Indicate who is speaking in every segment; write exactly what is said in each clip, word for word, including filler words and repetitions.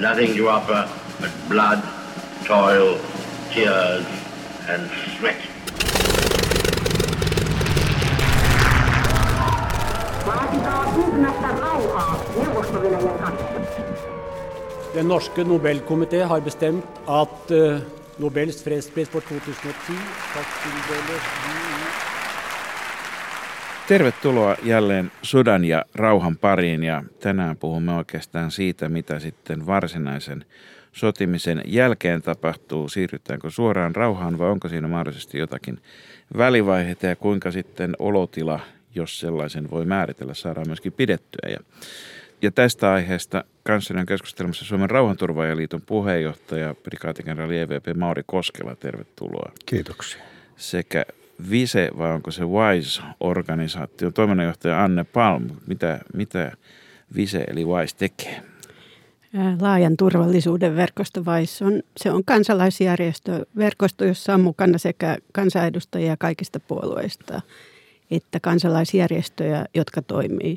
Speaker 1: nothing to offer but blood, toil, tears and sweat.
Speaker 2: Vaatikaa kyhmästä rauhaa Neuvosto-Venäjän kanssa.
Speaker 3: Den norske Nobelkomité har bestemt at uh, Nobels fredspris for kaksituhattati skal tildeles.
Speaker 4: Tervetuloa jälleen sodan ja rauhan pariin, ja tänään puhumme oikeastaan siitä, mitä sitten varsinaisen sotimisen jälkeen tapahtuu. Siirrytäänkö suoraan rauhaan vai onko siinä mahdollisesti jotakin välivaiheita ja kuinka sitten olotila, jos sellaisen voi määritellä, saadaan myöskin pidettyä. Ja, ja tästä aiheesta kanssani on keskustelemassa Suomen rauhanturvaajaliiton puheenjohtaja, prikaatikenraali E V P Mauri Koskela. Tervetuloa.
Speaker 5: Kiitoksia.
Speaker 4: Sekä Vise, vai onko se WISE-organisaation toiminnanjohtaja Anne Palm. Mitä, mitä Vise eli WISE tekee?
Speaker 6: Laajan turvallisuuden verkosto WISE on, se on kansalaisjärjestöverkosto, jossa on mukana sekä kansanedustajia kaikista puolueista että kansalaisjärjestöjä, jotka toimii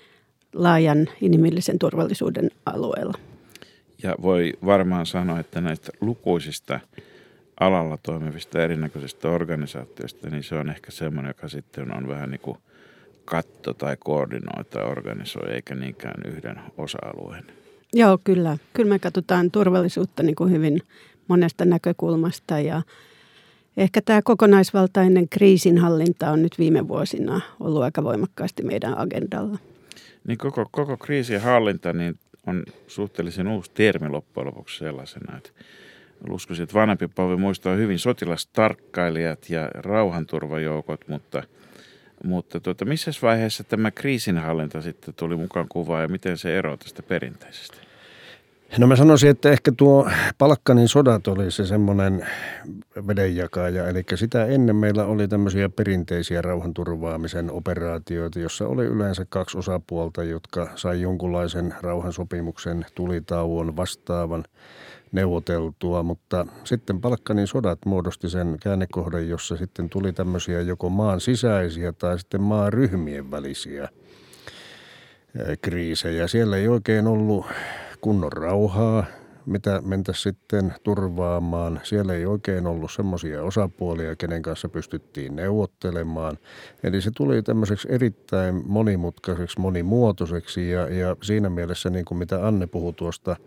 Speaker 6: laajan inhimillisen turvallisuuden alueella.
Speaker 4: Ja voi varmaan sanoa, että näistä lukuisista alalla toimivista erinäköisistä organisaatioista, niin se on ehkä semmoinen, joka sitten on vähän niin kuin katto tai koordinoi tai organisoi, eikä niinkään yhden osa-alueen.
Speaker 6: Joo, kyllä. Kyllä me katsotaan turvallisuutta niin kuin hyvin monesta näkökulmasta, ja ehkä tämä kokonaisvaltainen kriisinhallinta on nyt viime vuosina ollut aika voimakkaasti meidän agendalla.
Speaker 4: Niin koko, koko kriisinhallinta niin on suhteellisen uusi termi loppujen lopuksi sellaisena, että uskoisin, että vanhempi polvi muistaa hyvin sotilastarkkailijat ja rauhanturvajoukot, mutta, mutta tuota, missä vaiheessa tämä kriisinhallinta sitten tuli mukaan kuvaan ja miten se eroaa tästä perinteisestä?
Speaker 5: No mä sanoisin, että ehkä tuo Balkanin sodat oli se semmoinen vedenjakaja, eli sitä ennen meillä oli tämmöisiä perinteisiä rauhanturvaamisen operaatioita, jossa oli yleensä kaksi osapuolta, jotka sai jonkunlaisen rauhansopimuksen, tulitauon, vastaavan neuvoteltua, mutta sitten Balkanin sodat muodosti sen käännekohdan, jossa sitten tuli tämmöisiä joko maan sisäisiä tai sitten maan ryhmien välisiä kriisejä. Siellä ei oikein ollut kunnon rauhaa, mitä mentäisiin sitten turvaamaan. Siellä ei oikein ollut semmoisia osapuolia, kenen kanssa pystyttiin neuvottelemaan. Eli se tuli tämmöiseksi erittäin monimutkaiseksi, monimuotoiseksi ja, ja siinä mielessä, niin kuin mitä Anne puhui tuosta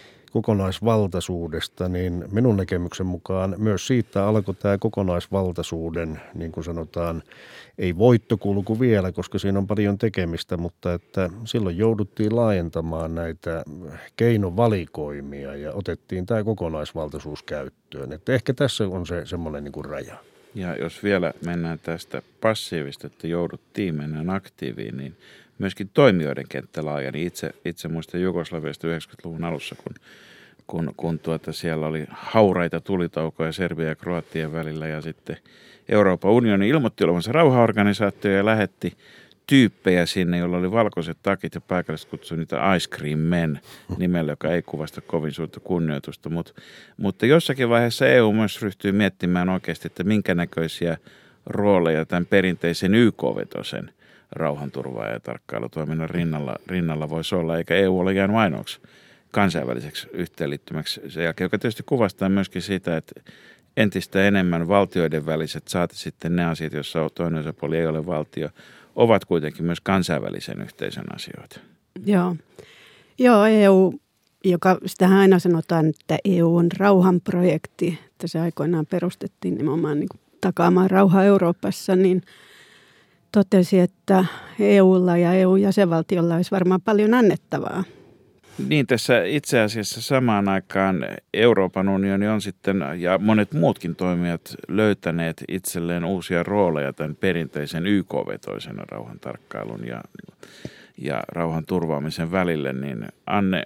Speaker 5: kokonaisvaltaisuudesta, niin minun näkemyksen mukaan myös siitä alkoi tämä kokonaisvaltaisuuden, niin kuin sanotaan, ei voittokulku vielä, koska siinä on paljon tekemistä, mutta että silloin jouduttiin laajentamaan näitä keinovalikoimia ja otettiin tämä kokonaisvaltaisuus käyttöön. Että ehkä tässä on se semmoinen niin kuin raja.
Speaker 4: Ja jos vielä mennään tästä passiivista, että jouduttiin mennään aktiiviin, niin myöskin toimijoiden kenttä laaja, niin itse, itse muistan Jugoslaviasta yhdeksänkymmentäluvun alussa, kun, kun, kun tuota siellä oli hauraita tulitaukoja Serbia ja Kroatian välillä, ja sitten Euroopan unioni ilmoitti olevansa rauhaorganisaatio ja lähetti tyyppejä sinne, joilla oli valkoiset takit, ja paikalliset kutsui niitä Ice Cream Men nimellä, joka ei kuvasta kovin suurta kunnioitusta, Mut, mutta jossakin vaiheessa E U myös ryhtyi miettimään oikeasti, että minkä näköisiä rooleja tämän perinteisen Y K-vetosen rauhanturvaa ja tarkkailutoiminnan rinnalla, rinnalla voisi olla, eikä E U ole jäänyt ainoaksi kansainväliseksi yhteenliittymäksi. Sen jälkeen, joka tietysti kuvastaa myöskin sitä, että entistä enemmän valtioiden väliset, saati sitten ne asiat, joissa toinen osapuoli ei ole valtio, ovat kuitenkin myös kansainvälisen yhteisön asioita.
Speaker 6: Joo, Joo E U, joka sitähän aina sanotaan, että E U on rauhanprojekti, että se aikoinaan perustettiin nimenomaan niin kuin takaamaan rauhaa Euroopassa, niin totesi, että E U:lla ja E U-jäsenvaltiolla olisi varmaan paljon annettavaa.
Speaker 4: Niin, tässä itse asiassa samaan aikaan Euroopan unioni on sitten, ja monet muutkin toimijat löytäneet itselleen uusia rooleja tämän perinteisen Y K-vetoisen rauhantarkkailun ja, ja rauhan turvaamisen välille. Niin Anne,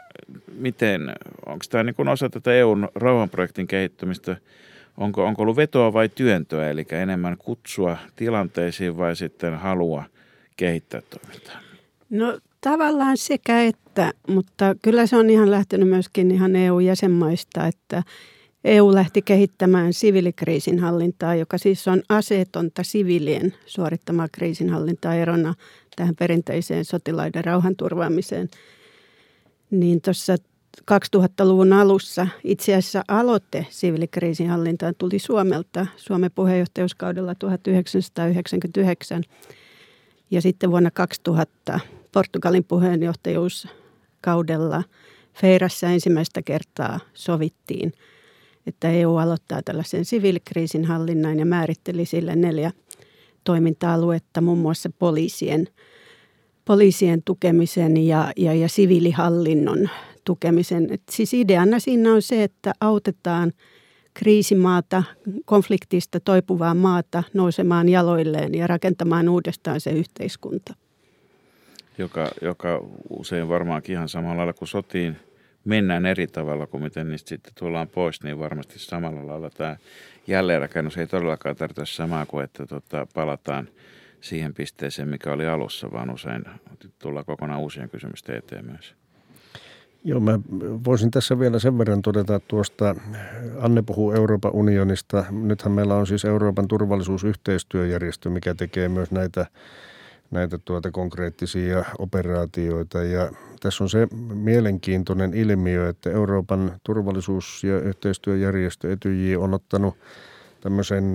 Speaker 4: miten, onko tämä niin kuin osa tätä E U:n rauhanprojektin kehittymistä? Onko, onko ollut vetoa vai työntöä, eli enemmän kutsua tilanteisiin vai sitten halua kehittää toimintaa?
Speaker 6: No tavallaan sekä että, mutta kyllä se on ihan lähtenyt myöskin ihan E U-jäsenmaista, että E U lähti kehittämään siviilikriisinhallintaa, joka siis on aseetonta siviilien suorittamaa kriisinhallintaa erona tähän perinteiseen sotilaiden rauhanturvaamiseen. Niin tuossa kaksituhattaluvun alussa. Itse asiassa aloite siviilikriisinhallintaan tuli Suomelta Suomen puheenjohtajuuskaudella tuhatyhdeksänsataayhdeksänkymmentäyhdeksän ja sitten vuonna kaksituhatta Portugalin puheenjohtajuuskaudella Feirassa ensimmäistä kertaa sovittiin, että E U aloittaa tällaisen siviilikriisinhallinnan ja määritteli sille neljä toiminta-aluetta, muun muassa poliisien, poliisien tukemisen ja, ja, ja siviilihallinnon tukemisen. Et siis ideana siinä on se, että autetaan kriisimaata, konfliktista toipuvaa maata nousemaan jaloilleen ja rakentamaan uudestaan se yhteiskunta.
Speaker 4: Joka, joka usein varmaankin ihan samalla lailla kuin sotiin mennään eri tavalla kuin miten niistä sitten tullaan pois, niin varmasti samalla lailla tämä jälleenrakennus ei todellakaan tarvitse samaa kuin, että tota, palataan siihen pisteeseen, mikä oli alussa, vaan usein tullaan kokonaan uusien kysymysten eteen myös.
Speaker 5: Joo, mä voisin tässä vielä sen verran todeta tuosta, Anne puhuu Euroopan unionista. Nythän meillä on siis Euroopan turvallisuusyhteistyöjärjestö, mikä tekee myös näitä, näitä tuota konkreettisia operaatioita. Ja tässä on se mielenkiintoinen ilmiö, että Euroopan turvallisuus- ja yhteistyöjärjestö Etyj on ottanut tämmöisen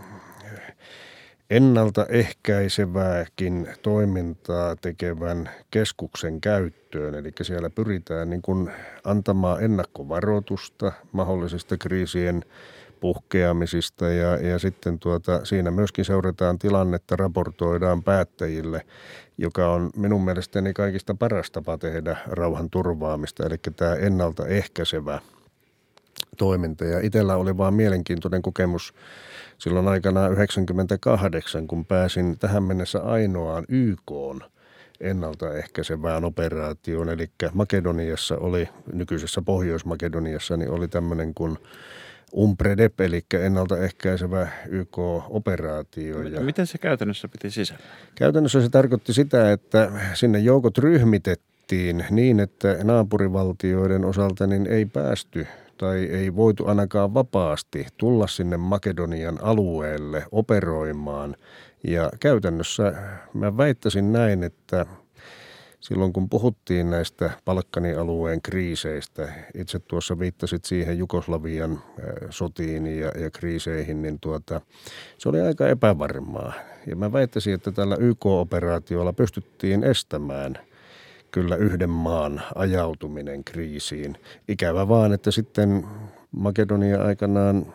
Speaker 5: ennaltaehkäisevääkin toimintaa tekevän keskuksen käyttöön. Eli siellä pyritään niin kuin antamaan ennakkovaroitusta mahdollisista kriisien puhkeamisista ja, ja sitten tuota, siinä myöskin seurataan tilannetta, raportoidaan päättäjille, joka on minun mielestäni kaikista paras tapa tehdä rauhan turvaamista, eli tämä ennaltaehkäisevä toiminta. Ja itsellä oli vaan mielenkiintoinen kokemus silloin aikanaan yhdeksänkymmentäkahdeksan, kun pääsin tähän mennessä ainoaan Y K:n ennaltaehkäisevään operaatioon. Eli Makedoniassa oli, nykyisessä Pohjois-Makedoniassa, niin oli tämmöinen kuin UMPREDEP, eli ennaltaehkäisevä Y K-operaatio.
Speaker 4: Ja miten se käytännössä piti sisällä?
Speaker 5: Käytännössä se tarkoitti sitä, että sinne joukot ryhmitettiin niin, että naapurivaltioiden osalta niin ei päästy tai ei voitu ainakaan vapaasti tulla sinne Makedonian alueelle operoimaan. Ja käytännössä mä väittäisin näin, että silloin kun puhuttiin näistä Balkanin alueen kriiseistä, itse tuossa viittasit siihen Jugoslavian sotiin ja, ja kriiseihin, niin tuota, se oli aika epävarmaa. Ja mä väittäisin, että tällä Y K-operaatiolla pystyttiin estämään kyllä yhden maan ajautuminen kriisiin. Ikävä vaan, että sitten Makedonia aikanaan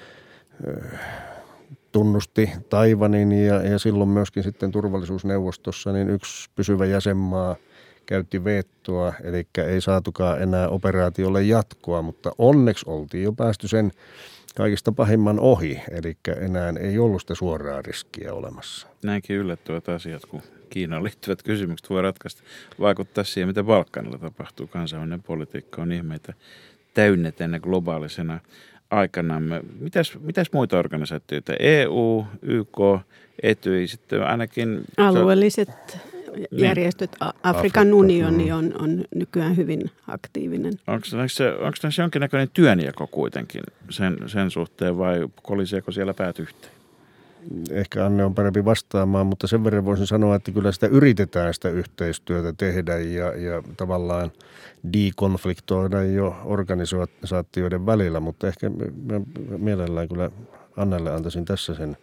Speaker 5: tunnusti Taiwanin ja, ja silloin myöskin sitten turvallisuusneuvostossa niin yksi pysyvä jäsenmaa käytti veettoa, eli ei saatukaan enää operaatiolle jatkoa, mutta onneksi oltiin jo päästy sen kaikista pahimman ohi, eli enää ei ollut sitä suoraa riskiä olemassa.
Speaker 4: Näinkin yllättävät asiat, kun Kiinaan liittyvät kysymykset voi ratkaista, vaikuttaa siihen, mitä Balkanilla tapahtuu. Kansainvälinen politiikka on ihmeitä täynnä tänne globaalisena aikanamme. Mitäs, mitäs muita organisaatioita? E U, Y K, Etyj, sitten ainakin
Speaker 6: alueelliset järjestöt. Afrikan Afrikka. unioni on, on nykyään hyvin aktiivinen.
Speaker 4: Onko näissä jonkinnäköinen työnjako kuitenkin sen, sen suhteen vai koliseeko siellä päät yhteen?
Speaker 5: Ehkä Anne on parempi vastaamaan, mutta sen verran voisin sanoa, että kyllä sitä yritetään sitä yhteistyötä tehdä ja, ja tavallaan dekonfliktoida jo organisaatioiden välillä, mutta ehkä mielellään kyllä Annelle antaisin tässä sen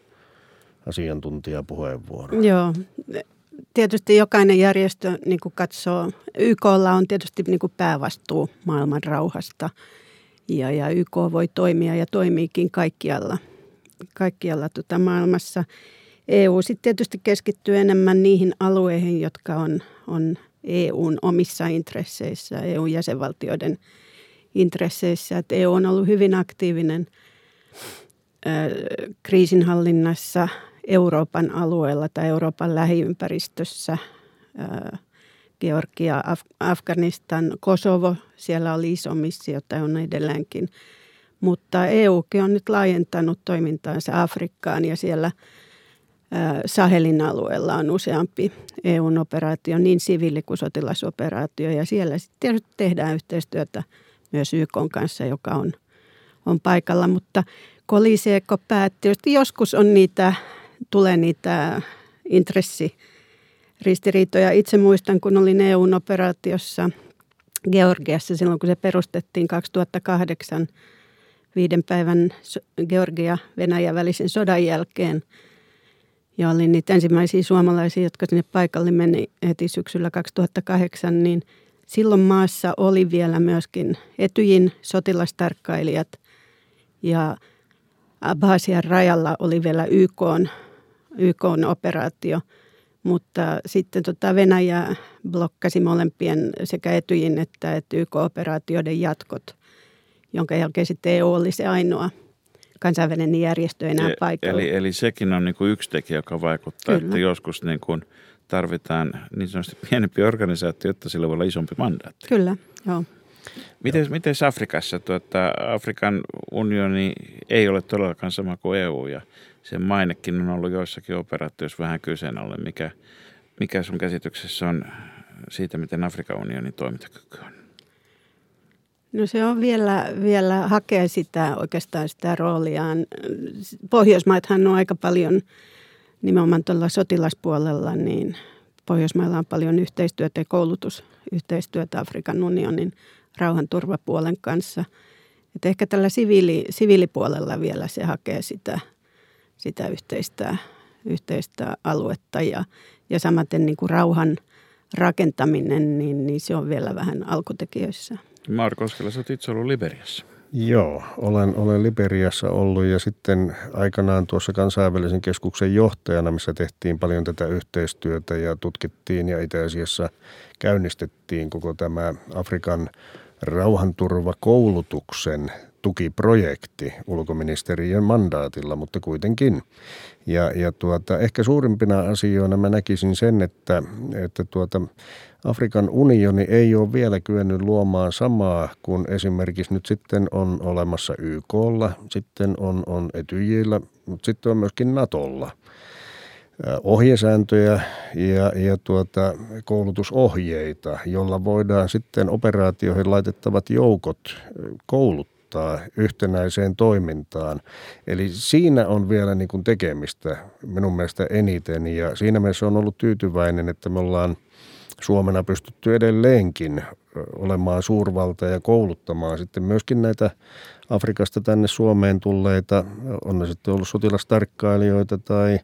Speaker 5: asiantuntijapuheenvuoron.
Speaker 6: Joo, tietysti jokainen järjestö niin kuin katsoo, Y K:lla on tietysti niin kuin päävastuu maailman rauhasta ja, ja Y K voi toimia ja toimiikin kaikkialla. kaikkialla tuota maailmassa. E U sitten tietysti keskittyy enemmän niihin alueihin, jotka on, on E U:n omissa intresseissä, E U-jäsenvaltioiden intresseissä. Et E U on ollut hyvin aktiivinen ö, kriisinhallinnassa Euroopan alueella tai Euroopan lähiympäristössä. Ö, Georgia, Af- Afganistan, Kosovo, siellä oli iso missio tai on edelleenkin. Mutta E Ukin on nyt laajentanut toimintaansa Afrikkaan ja siellä Sahelin alueella on useampi E U:n operaatio, niin siviili- kuin sotilasoperaatio. Ja siellä sitten tehdään yhteistyötä myös Y K:n kanssa, joka on, on paikalla. Mutta koliseeko päätti, joskus on niitä, tulee niitä intressiristiriitoja. Itse muistan, kun olin E U:n operaatiossa Georgiassa silloin, kun se perustettiin kaksituhattakahdeksan viiden päivän Georgia-Venäjän välisen sodan jälkeen. Ja oli niitä ensimmäisiä suomalaisia, jotka sinne paikalle meni heti syksyllä kaksituhattakahdeksan, niin silloin maassa oli vielä myöskin Etyjin sotilastarkkailijat ja Abhasian rajalla oli vielä Y K:n, Y K:n operaatio, mutta sitten tota Venäjä blokkasi molempien sekä Etyjin että, että Y K-operaatioiden jatkot, jonka jälkeen sitten E U oli se ainoa kansainvälinen järjestö enää
Speaker 4: e,
Speaker 6: paikalla.
Speaker 4: Eli, eli sekin on niin kuin yksi tekijä, joka vaikuttaa,
Speaker 6: Kyllä.
Speaker 4: että joskus niin kuin tarvitaan niin sanotusti pienempi organisaatio, jotta sillä voi olla isompi mandaatti.
Speaker 6: Kyllä, joo.
Speaker 4: Miten, miten Afrikassa? Tuota, Afrikan unioni ei ole todellakaan sama kuin E U ja sen mainekin on ollut joissakin operaatioissa vähän kyseenalainen. Mikä, mikä sun käsityksessä on siitä, miten Afrikan unionin toimintakyky on?
Speaker 6: No se on vielä, vielä hakea sitä oikeastaan sitä rooliaan. Pohjoismaathan on aika paljon nimenomaan tuolla sotilaspuolella, niin Pohjoismailla on paljon yhteistyötä ja koulutusyhteistyötä Afrikan unionin rauhanturvapuolen kanssa. Et ehkä tällä siviili, siviilipuolella vielä se hakee sitä, sitä yhteistä, yhteistä aluetta ja, ja samaten niin kuin rauhan rakentaminen, niin, niin se on vielä vähän alkutekijöissä.
Speaker 4: Mauri Koskela, sä oot itse ollut Liberiassa.
Speaker 5: Joo, olen, olen Liberiassa ollut ja sitten aikanaan tuossa kansainvälisen keskuksen johtajana, missä tehtiin paljon tätä yhteistyötä ja tutkittiin ja itse asiassa käynnistettiin koko tämä Afrikan rauhanturvakoulutuksen tukiprojekti ulkoministeriön mandaatilla, mutta kuitenkin. Ja, ja tuota, ehkä suurimpina asioina mä näkisin sen, että, että tuota, Afrikan unioni ei ole vielä kyennyt luomaan samaa kuin esimerkiksi nyt sitten on olemassa Y K:lla, sitten on, on Etyjillä, mutta sitten on myöskin Natolla ohjesääntöjä ja, ja tuota, koulutusohjeita, jolla voidaan sitten operaatioihin laitettavat joukot kouluttaa yhtenäiseen toimintaan. Eli siinä on vielä niin kuin tekemistä minun mielestä eniten ja siinä mielessä on ollut tyytyväinen, että me ollaan Suomena pystytty edelleenkin olemaan suurvalta ja kouluttamaan sitten myöskin näitä Afrikasta tänne Suomeen tulleita, on ne sitten ollut sotilastarkkailijoita tai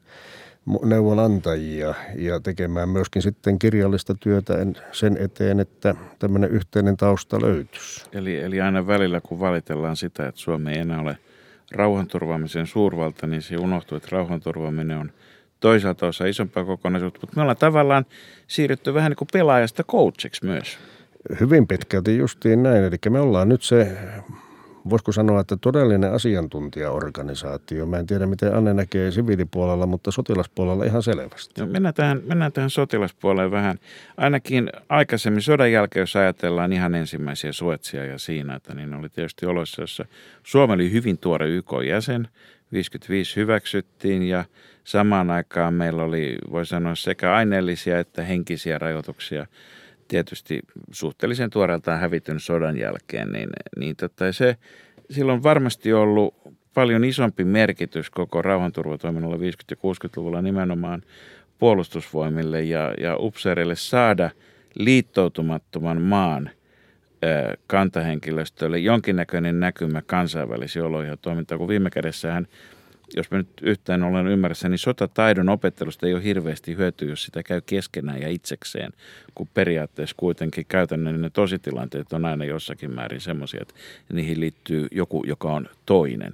Speaker 5: neuvonantajia ja tekemään myöskin sitten kirjallista työtä sen eteen, että tämmöinen yhteinen tausta löytyisi.
Speaker 4: Eli, eli aina välillä, kun valitellaan sitä, että Suomi ei enää ole rauhanturvaamisen suurvalta, niin se unohtuu, että rauhanturvaaminen on toisaalta osa isompaa kokonaisuutta, mutta me ollaan tavallaan siirrytty vähän niin kuin pelaajasta coachiksi myös.
Speaker 5: Hyvin pitkälti justiin näin, eli me ollaan nyt se, voisiko sanoa, että todellinen asiantuntijaorganisaatio. Mä en tiedä, miten Anne näkee siviilipuolella, mutta sotilaspuolella ihan selvästi.
Speaker 4: No, mennään, tähän, mennään tähän sotilaspuoleen vähän. Ainakin aikaisemmin sodan jälkeen, jos ajatellaan ihan ensimmäisiä Suetsia ja siinä, että niin oli tietysti oloissa, jossa Suomi oli hyvin tuore Y K-jäsen, viisikymmentäviisi hyväksyttiin ja samaan aikaan meillä oli, voi sanoa, sekä aineellisia että henkisiä rajoituksia tietysti suhteellisen tuoreeltaan hävityn sodan jälkeen, niin, niin tota, se, sillä on varmasti ollut paljon isompi merkitys koko rauhanturvatoiminnalla viisikymmentä- ja kuusikymmentäluvulla nimenomaan puolustusvoimille ja, ja upseereille saada liittoutumattoman maan ää, kantahenkilöstölle jonkinnäköinen näkymä kansainvälisiä oloja ja toimintaa, kun viime kädessähän, jos mä nyt yhtään olen ymmärrässä, niin sotataidon opettelusta ei ole hirveästi hyötyä, jos sitä käy keskenään ja itsekseen, kun periaatteessa kuitenkin käytännön ne tositilanteet on aina jossakin määrin semmoisia, että niihin liittyy joku, joka on toinen.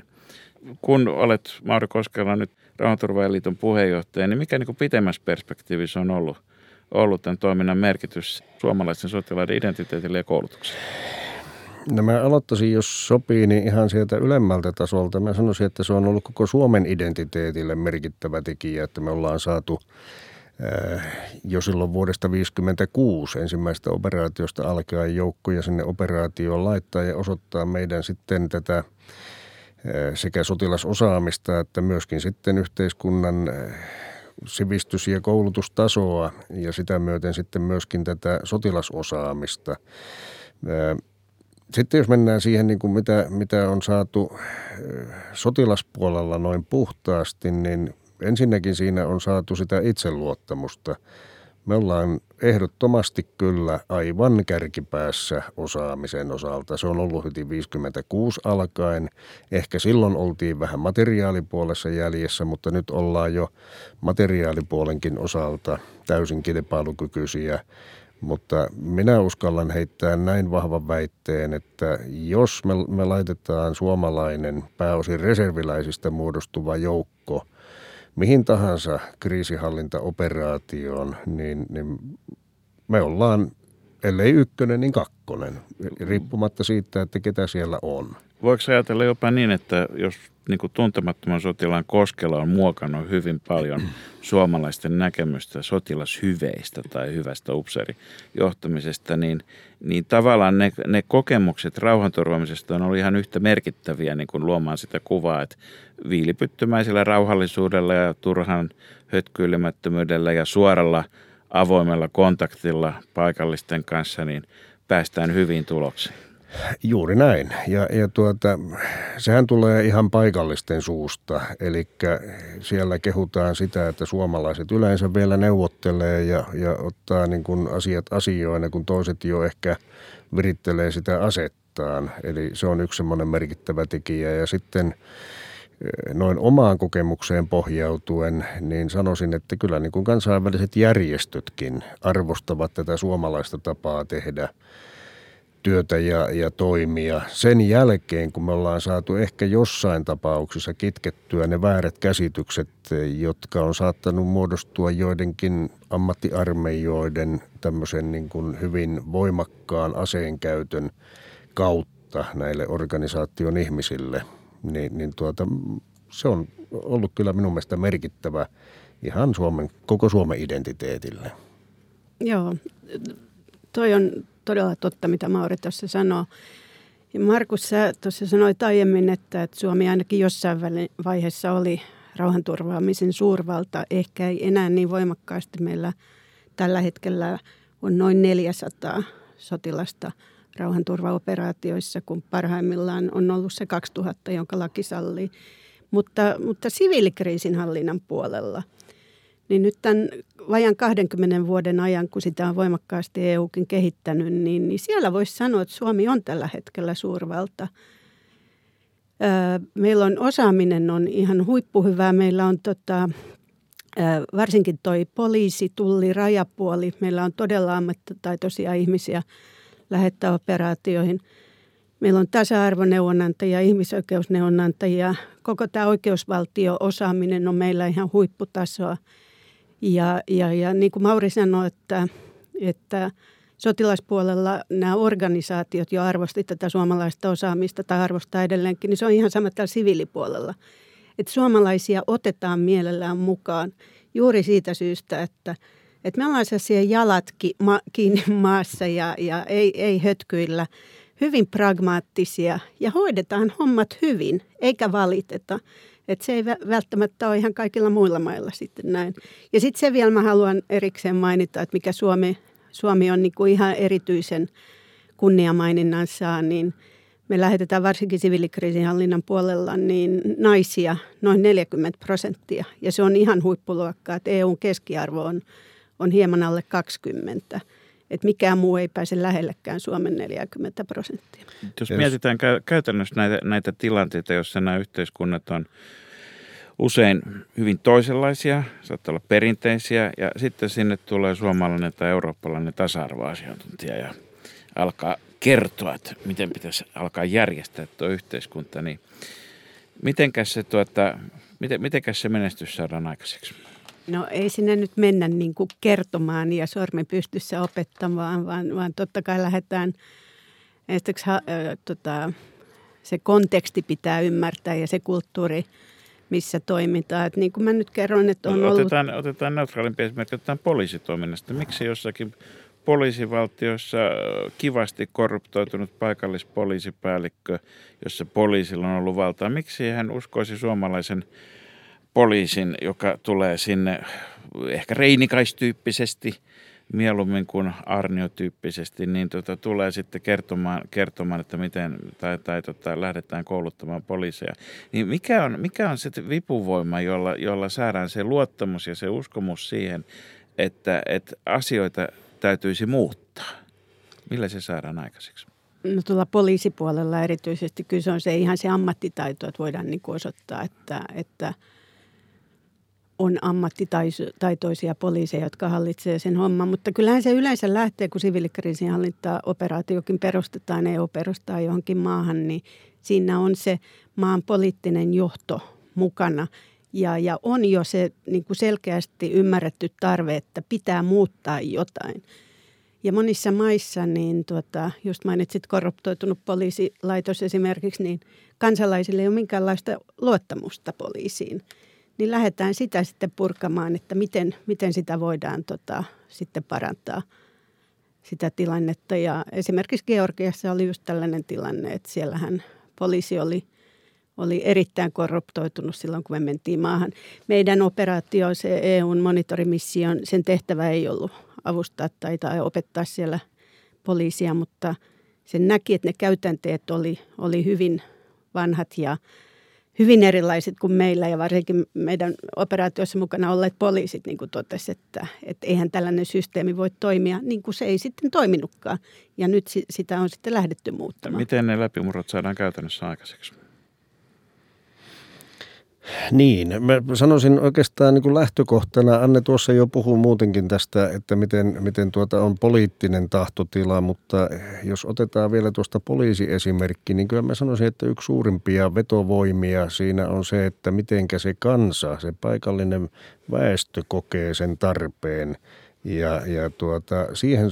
Speaker 4: Kun olet Mauri Koskela nyt Rauhanturvaajaliiton puheenjohtaja, niin mikä niin kuin pitemmässä perspektiivissä on ollut, ollut tämän toiminnan merkitys suomalaisten sotilaiden identiteetille ja koulutukselle?
Speaker 5: No mä aloittaisin, jos sopii, niin ihan sieltä ylemmältä tasolta. Mä sanoisin, että se on ollut koko Suomen identiteetille merkittävä tekijä, että me ollaan saatu ää, jo silloin vuodesta tuhatyhdeksänsataaviisikymmentäkuusi ensimmäistä operaatiosta alkaen joukkoja sinne operaatioon laittaa ja osoittaa meidän sitten tätä ää, sekä sotilasosaamista että myöskin sitten yhteiskunnan ää, sivistys- ja koulutustasoa ja sitä myöten sitten myöskin tätä sotilasosaamista. Ää, Sitten jos mennään siihen, niin kuin mitä, mitä on saatu sotilaspuolella noin puhtaasti, niin ensinnäkin siinä on saatu sitä itseluottamusta Me ollaan ehdottomasti kyllä aivan kärkipäässä osaamisen osalta. Se on ollut heti viisikymmentäkuusi alkaen. Ehkä silloin oltiin vähän materiaalipuolessa jäljessä, mutta nyt ollaan jo materiaalipuolenkin osalta täysin kilpailukykyisiä. Mutta minä uskallan heittää näin vahvan väitteen, että jos me, me laitetaan suomalainen pääosin reserviläisistä muodostuva joukko mihin tahansa kriisinhallintaoperaatioon, niin, niin me ollaan, ellei ykkönen, niin kakkonen, riippumatta siitä, että ketä siellä on.
Speaker 4: Voiko ajatella jopa niin, että jos niin kuin tuntemattoman sotilaan Koskela on muokannut hyvin paljon suomalaisten näkemystä sotilashyveistä tai hyvästä upseerijohtamisesta, niin, niin tavallaan ne, ne kokemukset rauhanturvaamisesta on ollut ihan yhtä merkittäviä niin kuin luomaan sitä kuvaa, että viilipyttymäisellä rauhallisuudella ja turhan hötkyilemättömyydellä ja suoralla avoimella kontaktilla paikallisten kanssa niin päästään hyviin tuloksiin.
Speaker 5: Juuri näin. Ja, ja tuota, sehän tulee ihan paikallisten suusta. Eli siellä kehutaan sitä, että suomalaiset yleensä vielä neuvottelee ja, ja ottaa niin kuin asiat asioina, kun toiset jo ehkä virittelee sitä asettaan. Eli se on yksi semmoinen merkittävä tekijä. Ja sitten noin omaan kokemukseen pohjautuen, niin sanoisin, että kyllä niin kuin kansainväliset järjestötkin arvostavat tätä suomalaista tapaa tehdä työtä ja, ja toimia sen jälkeen, kun me ollaan saatu ehkä jossain tapauksissa kitkettyä ne väärät käsitykset, jotka on saattanut muodostua joidenkin ammattiarmeijoiden tämmöisen niin kuin hyvin voimakkaan aseenkäytön kautta näille organisaation ihmisille. Niin, niin tuota, se on ollut kyllä minun mielestä merkittävä ihan Suomen, koko Suomen identiteetille.
Speaker 6: Joo, toi on todella totta, mitä Mauri tuossa sanoo. Ja Markus, sä tuossa sanoit aiemmin, että, että Suomi ainakin jossain vaiheessa oli rauhanturvaamisen suurvalta. Ehkä ei enää niin voimakkaasti. Meillä tällä hetkellä on noin neljäsataa sotilasta rauhanturvaoperaatioissa, kun parhaimmillaan on ollut se kaksituhatta, jonka laki sallii. Mutta, mutta siviilikriisinhallinnan puolella, niin nyt tämän vajan kahdenkymmenen vuoden ajan, kun sitä on voimakkaasti E U:kin kehittänyt, niin, niin siellä voisi sanoa, että Suomi on tällä hetkellä suurvalta. Öö, meillä on osaaminen on ihan huippuhyvää. Meillä on tota, öö, varsinkin toi poliisi, tulli, rajapuoli. Meillä on todella ammattitaitoisia ihmisiä lähettää operaatioihin. Meillä on tasa-arvoneuvonantajia, ihmisoikeusneuvonantajia. Koko tämä oikeusvaltio-osaaminen on meillä ihan huipputasoa. Ja, ja, ja niin kuin Mauri sanoi, että, että sotilaspuolella nämä organisaatiot jo arvosti tätä suomalaista osaamista tai arvostaa edelleenkin, niin se on ihan sama täällä siviilipuolella. Että suomalaisia otetaan mielellään mukaan juuri siitä syystä, että, että me ollaan sellaisia jalat kiinni maassa ja, ja ei, ei hötkyillä, hyvin pragmaattisia ja hoidetaan hommat hyvin, eikä valiteta. Että se ei välttämättä ole ihan kaikilla muilla mailla sitten näin. Ja sitten se vielä mä haluan erikseen mainita, että mikä Suomi, Suomi on niinku ihan erityisen kunniamaininnan saa, niin me lähetetään varsinkin siviilikriisinhallinnan puolella niin naisia noin neljäkymmentä prosenttia. Ja se on ihan huippuluokkaa, että E U:n keskiarvo on, on hieman alle kaksikymmentä. Että mikään muu ei pääse lähellekään Suomen neljäkymmentä prosenttia.
Speaker 4: Jos mietitään käytännössä näitä, näitä tilanteita, joissa nämä yhteiskunnat on usein hyvin toisenlaisia, saattaa olla perinteisiä, ja sitten sinne tulee suomalainen tai eurooppalainen tasa-arvoasiantuntija ja alkaa kertoa, että miten pitäisi alkaa järjestää tuo yhteiskunta, niin mitenkäs se, tuota, miten, mitenkäs se menestys saadaan aikaiseksi?
Speaker 6: No ei sinne nyt mennä niin kuin kertomaan ja sormi pystyssä opettamaan, vaan, vaan totta kai lähdetään, ha, ö, tota, se konteksti pitää ymmärtää ja se kulttuuri, missä toimitaan. Et niin kuin mä nyt kerron, että on ollut...
Speaker 4: Otetaan, otetaan neutraalimpi esimerkki, otetaan poliisitoiminnasta. Miksi jossakin poliisivaltiossa kivasti korruptoitunut paikallispoliisipäällikkö, jossa poliisilla on ollut valtaa, miksi hän uskoisi suomalaisen poliisin, joka tulee sinne ehkä reinikaistyyppisesti, mieluummin kuin arniotyyppisesti, niin tota, tulee sitten kertomaan, kertomaan, että miten tai, tai tota, lähdetään kouluttamaan poliiseja. Niin mikä on, mikä on se vipuvoima, jolla, jolla saadaan se luottamus ja se uskomus siihen, että, että asioita täytyisi muuttaa. Millä se saadaan aikaiseksi?
Speaker 6: No tuolla poliisipuolella erityisesti kyllä se on se ihan se ammattitaito, että voidaan niin kuin osoittaa, että, että on ammattitaitoisia poliiseja, jotka hallitsee sen homman. Mutta kyllähän se yleensä lähtee, kun siviilikriisinhallinta-operaatiokin perustetaan, E U perustaa johonkin maahan, niin siinä on se maan poliittinen johto mukana. Ja, ja on jo se niin kuin selkeästi ymmärretty tarve, että pitää muuttaa jotain. Ja monissa maissa, niin tuota, just mainitsit korruptoitunut poliisilaitos esimerkiksi, niin kansalaisille ei ole minkäänlaista luottamusta poliisiin. Niin lähdetään sitä sitten purkamaan, että miten, miten sitä voidaan tota, sitten parantaa sitä tilannetta. Ja esimerkiksi Georgiassa oli just tällainen tilanne, että siellähän poliisi oli, oli erittäin korruptoitunut silloin, kun me mentiin maahan. Meidän operaatio, se E U:n monitorimission, sen tehtävä ei ollut avustaa tai, tai opettaa siellä poliisia, mutta sen näki, että ne käytänteet oli, oli hyvin vanhat ja hyvin erilaiset kuin meillä ja varsinkin meidän operaatiossa mukana olleet poliisit niin kuin totesi, että, että eihän tällainen systeemi voi toimia niin kuin se ei sitten toiminutkaan. Ja nyt sitä on sitten lähdetty muuttamaan.
Speaker 4: Miten ne läpimurrot saadaan käytännössä aikaiseksi?
Speaker 5: Niin, mä sanoisin oikeastaan niin kuin lähtökohtana, Anne tuossa jo puhuu muutenkin tästä, että miten, miten tuota on poliittinen tahtotila, mutta jos otetaan vielä tuosta poliisiesimerkki, niin kyllä mä sanoisin, että yksi suurimpia vetovoimia siinä on se, että mitenkä se kansa, se paikallinen väestö kokee sen tarpeen ja, ja tuota, siihen...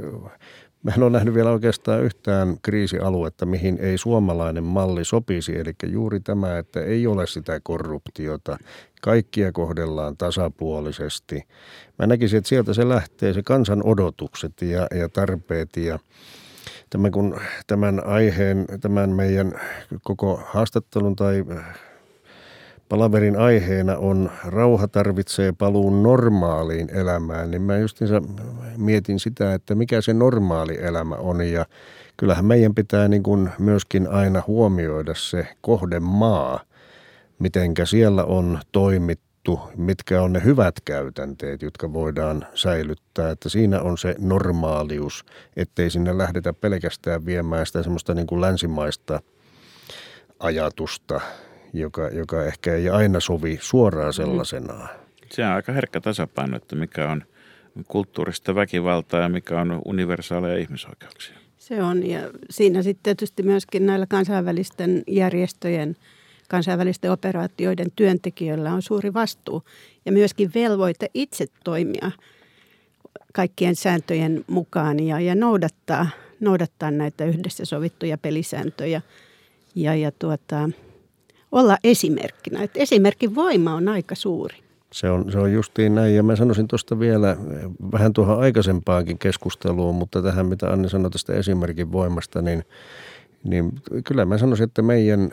Speaker 5: Mä en ole nähnyt vielä oikeastaan yhtään kriisialuetta, mihin ei suomalainen malli sopisi, eli juuri tämä, että ei ole sitä korruptiota, kaikkia kohdellaan tasapuolisesti. Mä näkisin, että sieltä se lähtee, se kansan odotukset ja, ja tarpeet ja tämän, kun tämän aiheen, tämän meidän koko haastattelun tai palaverin aiheena on rauha tarvitsee paluun normaaliin elämään, niin mä justiinsa mietin sitä, että mikä se normaali elämä on ja kyllähän meidän pitää niin kuin myöskin aina huomioida se kohdemaa, mitenkä siellä on toimittu, mitkä on ne hyvät käytänteet, jotka voidaan säilyttää, että siinä on se normaalius, ettei sinne lähdetä pelkästään viemään sitä semmoista niin kuin länsimaista ajatusta, Joka, joka ehkä ei aina sovi suoraan sellaisenaan.
Speaker 4: Se on aika herkkä tasapaino, että mikä on kulttuurista väkivaltaa ja mikä on universaaleja ihmisoikeuksia.
Speaker 6: Se on ja siinä sitten tietysti myöskin näillä kansainvälisten järjestöjen, kansainvälisten operaatioiden työntekijöillä on suuri vastuu ja myöskin velvoite itse toimia kaikkien sääntöjen mukaan ja, ja noudattaa, noudattaa näitä yhdessä sovittuja pelisääntöjä ja, ja tuota... olla esimerkkinä. Että esimerkin voima on aika suuri.
Speaker 5: Se on, se on justiin näin. Ja mä sanoisin tuosta vielä vähän tuohon aikaisempaankin keskusteluun, mutta tähän mitä Anni sanoi tästä esimerkin voimasta, niin, niin kyllä mä sanoisin, että meidän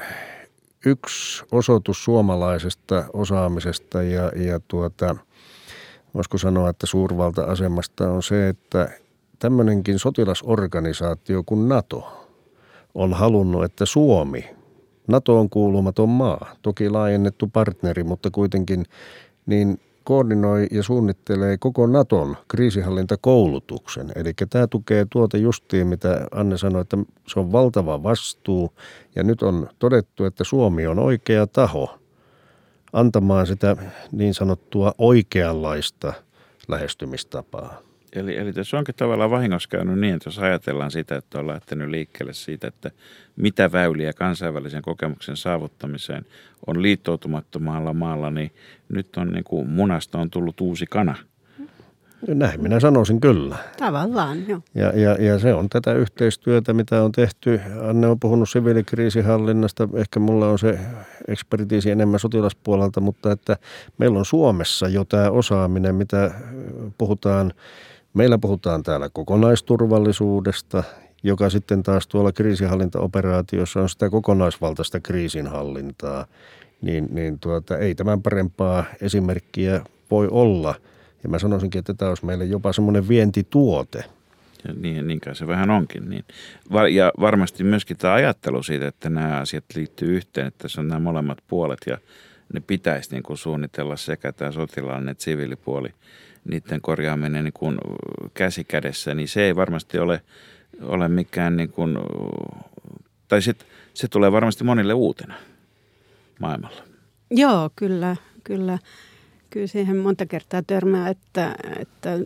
Speaker 5: yksi osoitus suomalaisesta osaamisesta ja, ja tuota, voisiko sanoa, että suurvalta-asemasta on se, että tämmöinenkin sotilasorganisaatio kuin NATO on halunnut, että Suomi, NATO on kuulumaton maa, toki laajennettu partneri, mutta kuitenkin niin koordinoi ja suunnittelee koko NATOn kriisinhallintakoulutuksen. Eli tämä tukee tuota justiin, mitä Anne sanoi, että se on valtava vastuu ja nyt on todettu, että Suomi on oikea taho antamaan sitä niin sanottua oikeanlaista lähestymistapaa.
Speaker 4: Eli, eli tässä onkin tavallaan vahingossa käynyt niin, että jos ajatellaan sitä, että on lähtenyt liikkeelle siitä, että mitä väyliä kansainvälisen kokemuksen saavuttamiseen on liittoutumattomalla maalla, niin nyt on niin kuin munasta on tullut uusi kana.
Speaker 5: Näin minä sanoisin kyllä.
Speaker 6: Tavallaan, joo.
Speaker 5: Ja, ja, ja se on tätä yhteistyötä, mitä on tehty. Anne on puhunut siviilikriisihallinnasta. Ehkä mulla on se ekspertiisi enemmän sotilaspuolelta, mutta että meillä on Suomessa jo tämä osaaminen, mitä puhutaan. Meillä puhutaan täällä kokonaisturvallisuudesta, joka sitten taas tuolla kriisinhallintaoperaatiossa on sitä kokonaisvaltaista kriisinhallintaa. Niin, niin tuota, ei tämän parempaa esimerkkiä voi olla. Ja mä sanoisinkin, että tämä olisi meille jopa semmoinen vientituote.
Speaker 4: Ja niin, niin kai se vähän onkin. Niin. Ja varmasti myöskin tämä ajattelu siitä, että nämä asiat liittyy yhteen, että tässä on nämä molemmat puolet ja, ne pitäisi niin kuin suunnitella sekä tämä sotilaallinen että siviilipuoli, niiden korjaaminen niin kuin käsi kädessä, niin se ei varmasti ole, ole mikään, niin kuin, tai sit, se tulee varmasti monille uutena maailmalla.
Speaker 6: Joo, kyllä, kyllä. Kyllä siihen monta kertaa törmää, että, että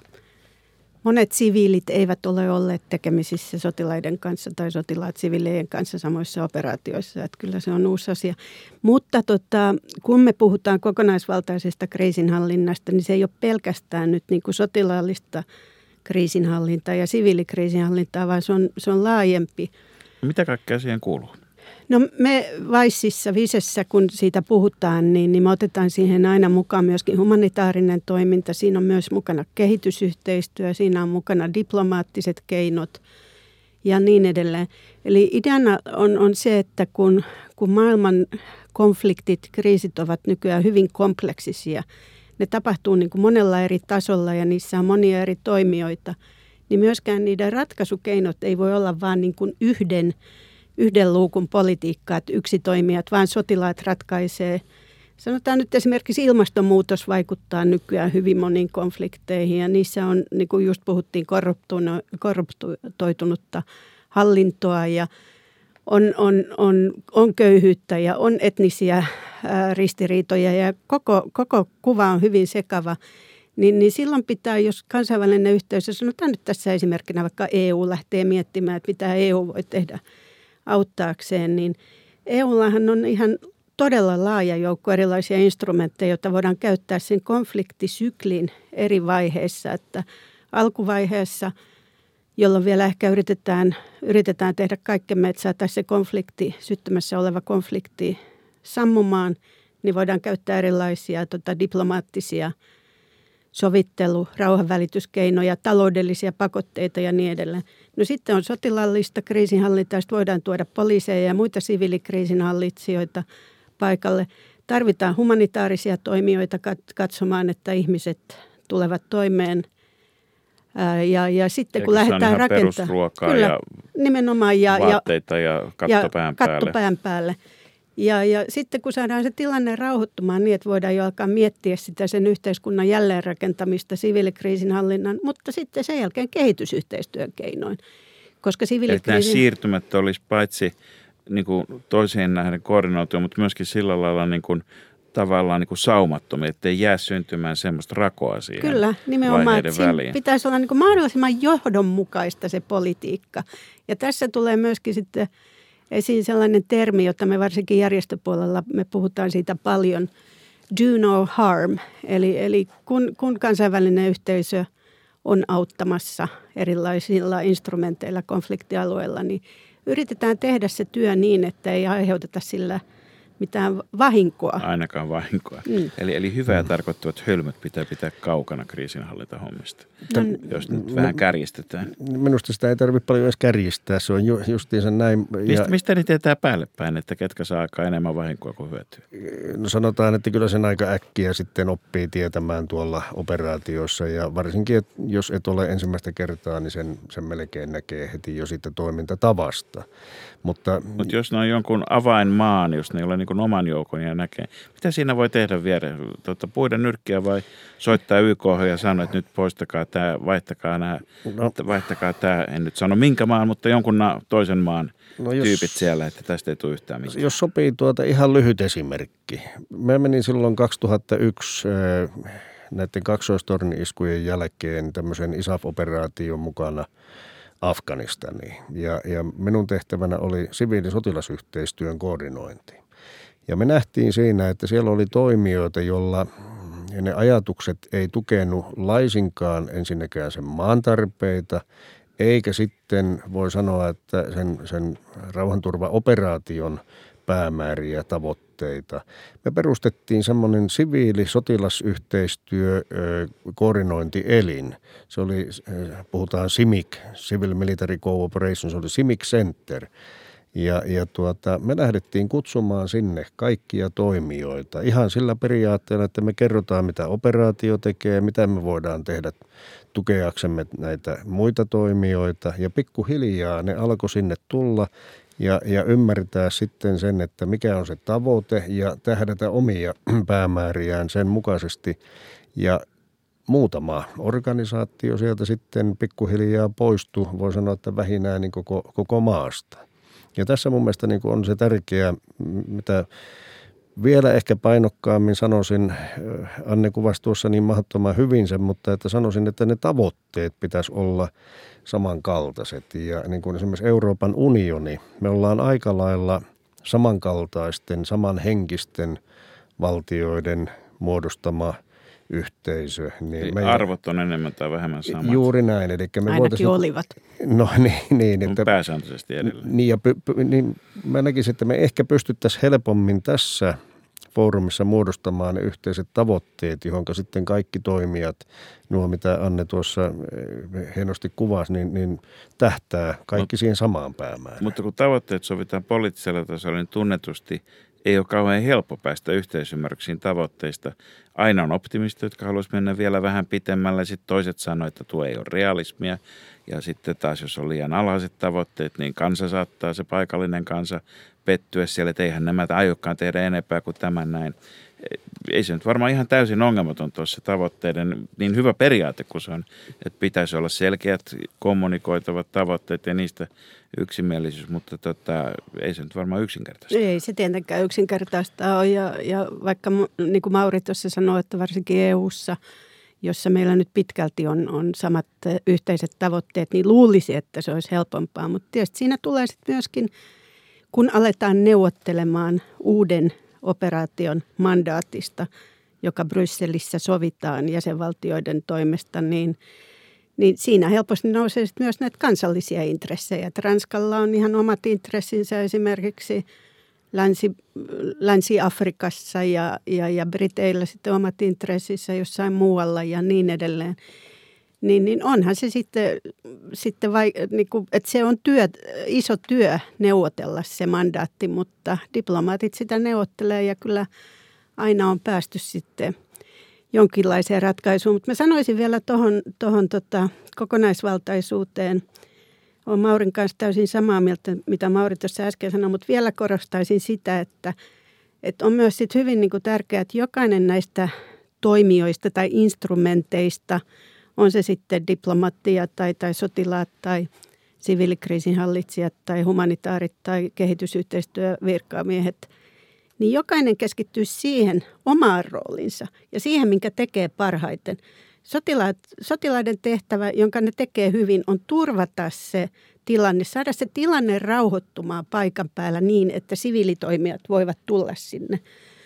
Speaker 6: monet siviilit eivät ole olleet tekemisissä sotilaiden kanssa tai sotilaat siviileiden kanssa samoissa operaatioissa. Että kyllä se on uusi asia. Mutta tota, kun me puhutaan kokonaisvaltaisesta kriisinhallinnasta, niin se ei ole pelkästään nyt niin kuin sotilaallista kriisinhallintaa ja siviilikriisinhallintaa, vaan se on, se on laajempi.
Speaker 4: Mitä kaikkea siihen kuuluu?
Speaker 6: No me Vaisissa, Visessä, kun siitä puhutaan, niin, niin me otetaan siihen aina mukaan myöskin humanitaarinen toiminta. Siinä on myös mukana kehitysyhteistyö, siinä on mukana diplomaattiset keinot ja niin edelleen. Eli ideana on, on se, että kun, kun maailman konfliktit, kriisit ovat nykyään hyvin kompleksisia, ne tapahtuu niin kuin monella eri tasolla ja niissä on monia eri toimijoita, niin myöskään niiden ratkaisukeinot ei voi olla vain niin kuin yhden yhden luukun politiikkaa, että yksi toimijat, vaan sotilaat ratkaisee. Sanotaan nyt esimerkiksi ilmastonmuutos vaikuttaa nykyään hyvin moniin konflikteihin ja niissä on, niin kuin just puhuttiin, korruptoitunutta hallintoa ja on, on, on, on köyhyyttä ja on etnisiä ää, ristiriitoja ja koko, koko kuva on hyvin sekava. Niin, niin silloin pitää, jos kansainvälinen yhteisö, sanotaan nyt tässä esimerkkinä vaikka E U lähtee miettimään, että mitä E U voi tehdä auttaakseen, niin E U:llahan on ihan todella laaja joukko erilaisia instrumentteja, joita voidaan käyttää sen konfliktisyklin eri vaiheissa. Että alkuvaiheessa, jolloin vielä ehkä yritetään, yritetään tehdä kaikkemme, että saataisiin se konflikti, syttymässä oleva konflikti sammumaan, niin voidaan käyttää erilaisia tota, diplomaattisia sovittelu, rauhanvälityskeinoja, taloudellisia pakotteita ja niin edelleen. No sitten on sotilaallista kriisinhallintaa, josta voidaan tuoda poliiseja ja muita siviilikriisinhallitsijoita paikalle. Tarvitaan humanitaarisia toimijoita katsomaan, että ihmiset tulevat toimeen. Ja, ja sitten kun
Speaker 4: Eikö
Speaker 6: lähdetään rakentamaan
Speaker 4: perusruokaa
Speaker 6: kyllä,
Speaker 4: ja
Speaker 6: nimenomaan ja,
Speaker 4: vaatteita ja katto pään päälle.
Speaker 6: Katto pään päälle. Ja, ja sitten kun saadaan se tilanne rauhoittumaan niin, että voidaan jo alkaa miettiä sitä sen yhteiskunnan jälleenrakentamista siviilikriisinhallinnan, mutta sitten sen jälkeen kehitysyhteistyön keinoin. Koska siviilikriisin...
Speaker 4: Eli nämä siirtymät olisi paitsi niin kuin toiseen nähden koordinoitua, mutta myöskin sillä lailla niin kuin, tavallaan niin kuin saumattomia, ettei jää syntymään semmoista rakoa siihen
Speaker 6: Kyllä, nimenomaan, että
Speaker 4: väliin.
Speaker 6: Pitäisi olla niin kuin mahdollisimman johdonmukaista se politiikka. Ja tässä tulee myöskin sitten esiin sellainen termi, jota me varsinkin järjestöpuolella, me puhutaan siitä paljon, do no harm. Eli, eli kun, kun kansainvälinen yhteisö on auttamassa erilaisilla instrumenteilla konfliktialueilla, niin yritetään tehdä se työ niin, että ei aiheuteta sillä mitään vahinkoa.
Speaker 4: Ainakaan vahinkoa.
Speaker 6: Mm.
Speaker 4: Eli, eli hyvää mm. tarkoittavat hölmöt pitää pitää kaukana kriisinhallintahommista,
Speaker 6: No,
Speaker 4: jos nyt no, vähän kärjistetään.
Speaker 5: Minusta sitä ei tarvitse paljon edes kärjistää, se on ju, justiinsa näin.
Speaker 4: Mistä,
Speaker 5: ja,
Speaker 4: mistä ne tietää päälle päin, että ketkä saa aikaa enemmän vahinkoa kuin hyötyä?
Speaker 5: No sanotaan, että kyllä sen aika äkkiä sitten oppii tietämään tuolla operaatioissa ja varsinkin, että jos et ole ensimmäistä kertaa, niin sen, sen melkein näkee heti jo sitten toimintatavasta. Mutta
Speaker 4: Mut jos ne on jonkun avainmaan, jos ne ei ole niin kuin oman joukon ja näkee, mitä siinä voi tehdä vielä? Tuota, puida nyrkkiä vai soittaa Y K:hon ja sanoa, että nyt poistakaa tämä, vaihtakaa nämä,
Speaker 5: no,
Speaker 4: vaihtakaa tämä, en nyt sano minkä maan, mutta jonkun na- toisen maan
Speaker 5: no jos,
Speaker 4: tyypit siellä, että tästä ei tule yhtään mitään.
Speaker 5: Jos sopii tuota ihan lyhyt esimerkki. Mä menin silloin kaksituhattayksi äh, näiden kaksoistorni-iskujen jälkeen tämmöisen I S A F-operaation mukana Afganistaniin. Ja, ja minun tehtävänä oli siviili-sotilasyhteistyön koordinointi. Ja me nähtiin siinä, että siellä oli toimijoita, joilla ne ajatukset ei tukenut laisinkaan ensinnäkään sen maan tarpeita, eikä sitten voi sanoa, että sen, sen rauhanturvaoperaation päämääriä ja tavoitteita. Me perustettiin semmoinen siviili-sotilasyhteistyö koordinointielin. Se oli, puhutaan C I M I C, Civil Military Cooperation, se oli C I M I C Center. Ja, ja tuota, me lähdettiin kutsumaan sinne kaikkia toimijoita ihan sillä periaatteella, että me kerrotaan, mitä operaatio tekee, mitä me voidaan tehdä tukeaksemme näitä muita toimijoita. Ja pikkuhiljaa ne alkoi sinne tulla ja, ja ymmärtää sitten sen, että mikä on se tavoite ja tähdätä omia päämääriään sen mukaisesti. Ja muutama organisaatio sieltä sitten pikkuhiljaa poistuu, voi sanoa, että vähinään niin koko, koko maasta. Ja tässä mun mielestä niin on se tärkeä, mitä vielä ehkä painokkaammin sanoisin, Anne kuvasi tuossa niin mahdottoman hyvin sen, mutta että sanoisin, että ne tavoitteet pitäisi olla samankaltaiset. Ja niin kuin esimerkiksi Euroopan unioni, me ollaan aika lailla samankaltaisten, samanhenkisten valtioiden muodostama yhteisö. Niin
Speaker 4: meidän, arvot on enemmän tai vähemmän samat.
Speaker 5: Juuri näin. Eli me
Speaker 6: ainakin olivat.
Speaker 5: No niin. niin että,
Speaker 4: pääsääntöisesti edelleen.
Speaker 5: Niin, ja py, py, niin mä näkisin, että me ehkä pystyttäisiin helpommin tässä foorumissa muodostamaan ne yhteiset tavoitteet, johon sitten kaikki toimijat, nuo mitä Anne tuossa hienosti kuvasi, niin, niin tähtää kaikki Mut, siihen samaan päämäärään.
Speaker 4: Mutta kun tavoitteet sovitaan poliittisella tasolla, niin tunnetusti ei ole kauhean helppo päästä yhteisymmärryksiin tavoitteista. Aina on optimisteja, jotka haluaisi mennä vielä vähän pitemmälle. Sitten toiset sanoo, että tuo ei ole realismia. Ja sitten taas, jos on liian alhaiset tavoitteet, niin kansa saattaa, se paikallinen kansa, pettyä siellä, että eihän nämä aiokaan tehdä enempää kuin tämän näin. Ei se nyt varmaan ihan täysin ongelmaton tuossa tavoitteiden, niin hyvä periaate kuin se on, että pitäisi olla selkeät kommunikoitavat tavoitteet ja niistä yksimielisyys, mutta tota, ei se nyt varmaan yksinkertaista.
Speaker 6: Ei se tietenkään yksinkertaista ole ja, ja vaikka niin kuin Mauri tuossa sanoi, että varsinkin E U:ssa, jossa meillä nyt pitkälti on, on samat yhteiset tavoitteet, niin luulisi, että se olisi helpompaa, mutta tietysti siinä tulee sitten myöskin, kun aletaan neuvottelemaan uuden operaation mandaatista, joka Brysselissä sovitaan jäsenvaltioiden toimesta, niin, niin siinä helposti nousee myös näitä kansallisia intressejä. Ranskalla on ihan omat intressinsä esimerkiksi Länsi, Länsi-Afrikassa ja, ja, ja Briteillä sitten omat intressinsä jossain muualla ja niin edelleen. Niin, niin onhan se sitten, sitten vai, niin kuin, että se on työ, iso työ neuvotella se mandaatti, mutta diplomaatit sitä neuvottelee ja kyllä aina on päästy sitten jonkinlaiseen ratkaisuun. Mutta mä sanoisin vielä tuohon tohon tota, kokonaisvaltaisuuteen. Olen Maurin kanssa täysin samaa mieltä, mitä Mauri tuossa äsken sanoi, mutta vielä korostaisin sitä, että, että on myös sit hyvin niin kuin tärkeää, että jokainen näistä toimijoista tai instrumenteista, on se sitten diplomaattia tai, tai sotilaat tai siviilikriisinhallitsijat tai humanitaarit tai kehitysyhteistyövirkamiehet, niin jokainen keskittyy siihen omaan roolinsa ja siihen, minkä tekee parhaiten. Sotilaat, sotilaiden tehtävä, jonka ne tekee hyvin, on turvata se tilanne, saada se tilanne rauhoittumaan paikan päällä niin, että siviilitoimijat voivat tulla sinne.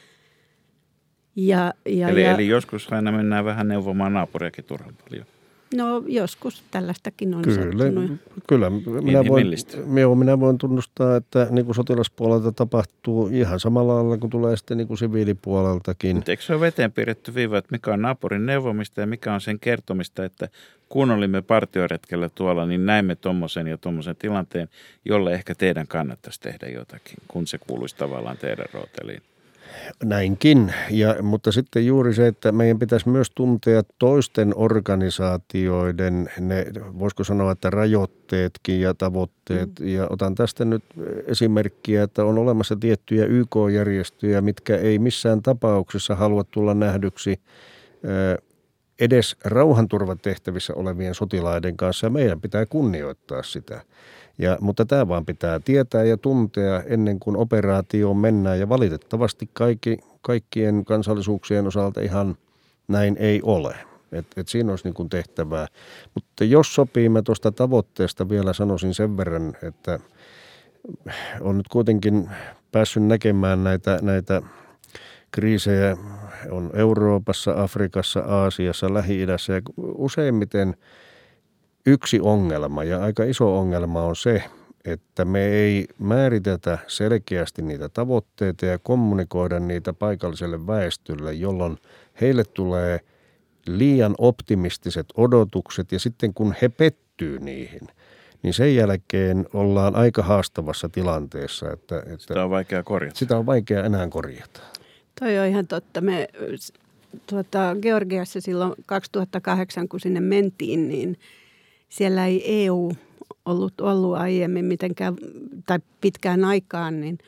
Speaker 6: Ja, ja,
Speaker 4: eli,
Speaker 6: ja,
Speaker 4: eli joskus aina mennään vähän neuvomaan naapuriakin turhan paljon.
Speaker 6: No joskus tällaistakin on
Speaker 5: kyllä,
Speaker 6: sattunut.
Speaker 5: Kyllä, minä voin, minä, minä voin tunnustaa, että niin kuin sotilaspuolelta tapahtuu ihan samalla lailla kuin tulee sitten niin kuin siviilipuoleltakin.
Speaker 4: Mutta eikö se ole veteen piirretty viiva, että mikä on naapurin neuvomista ja mikä on sen kertomista, että kun olimme partioretkellä tuolla, niin näimme tuommoisen ja tuommoisen tilanteen, jolle ehkä teidän kannattaisi tehdä jotakin, kun se kuuluisi tavallaan teidän rooteliin.
Speaker 5: Näinkin, ja, mutta sitten juuri se, että meidän pitäisi myös tuntea toisten organisaatioiden, ne, voisiko sanoa, että rajoitteetkin ja tavoitteet. Mm. Ja otan tästä nyt esimerkkiä, että on olemassa tiettyjä Y K-järjestöjä, mitkä ei missään tapauksessa halua tulla nähdyksi edes rauhanturvatehtävissä olevien sotilaiden kanssa, ja meidän pitää kunnioittaa sitä. Ja, mutta tämä vaan pitää tietää ja tuntea ennen kuin operaatioon mennään, ja valitettavasti kaikki, kaikkien kansallisuuksien osalta ihan näin ei ole. Et, et siinä olisi niin kuin tehtävää. Mutta jos sopii, mä tuosta tavoitteesta vielä sanoisin sen verran, että on nyt kuitenkin päässyt näkemään näitä, näitä kriisejä, on Euroopassa, Afrikassa, Aasiassa, Lähi-idässä, ja useimmiten yksi ongelma ja aika iso ongelma on se, että me ei määritetä selkeästi niitä tavoitteita ja kommunikoida niitä paikalliselle väestölle, jolloin heille tulee liian optimistiset odotukset ja sitten kun he pettyy niihin, niin sen jälkeen ollaan aika haastavassa tilanteessa. Että, että
Speaker 4: sitä on vaikea korjata.
Speaker 5: Sitä on vaikea enää korjata.
Speaker 6: Toi on ihan totta. Me tuota, Georgiassa silloin kaksituhattakahdeksan, kun sinne mentiin, niin siellä ei E U ollut ollut aiemmin mitenkään tai pitkään aikaan, niin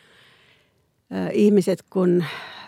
Speaker 6: ihmiset kun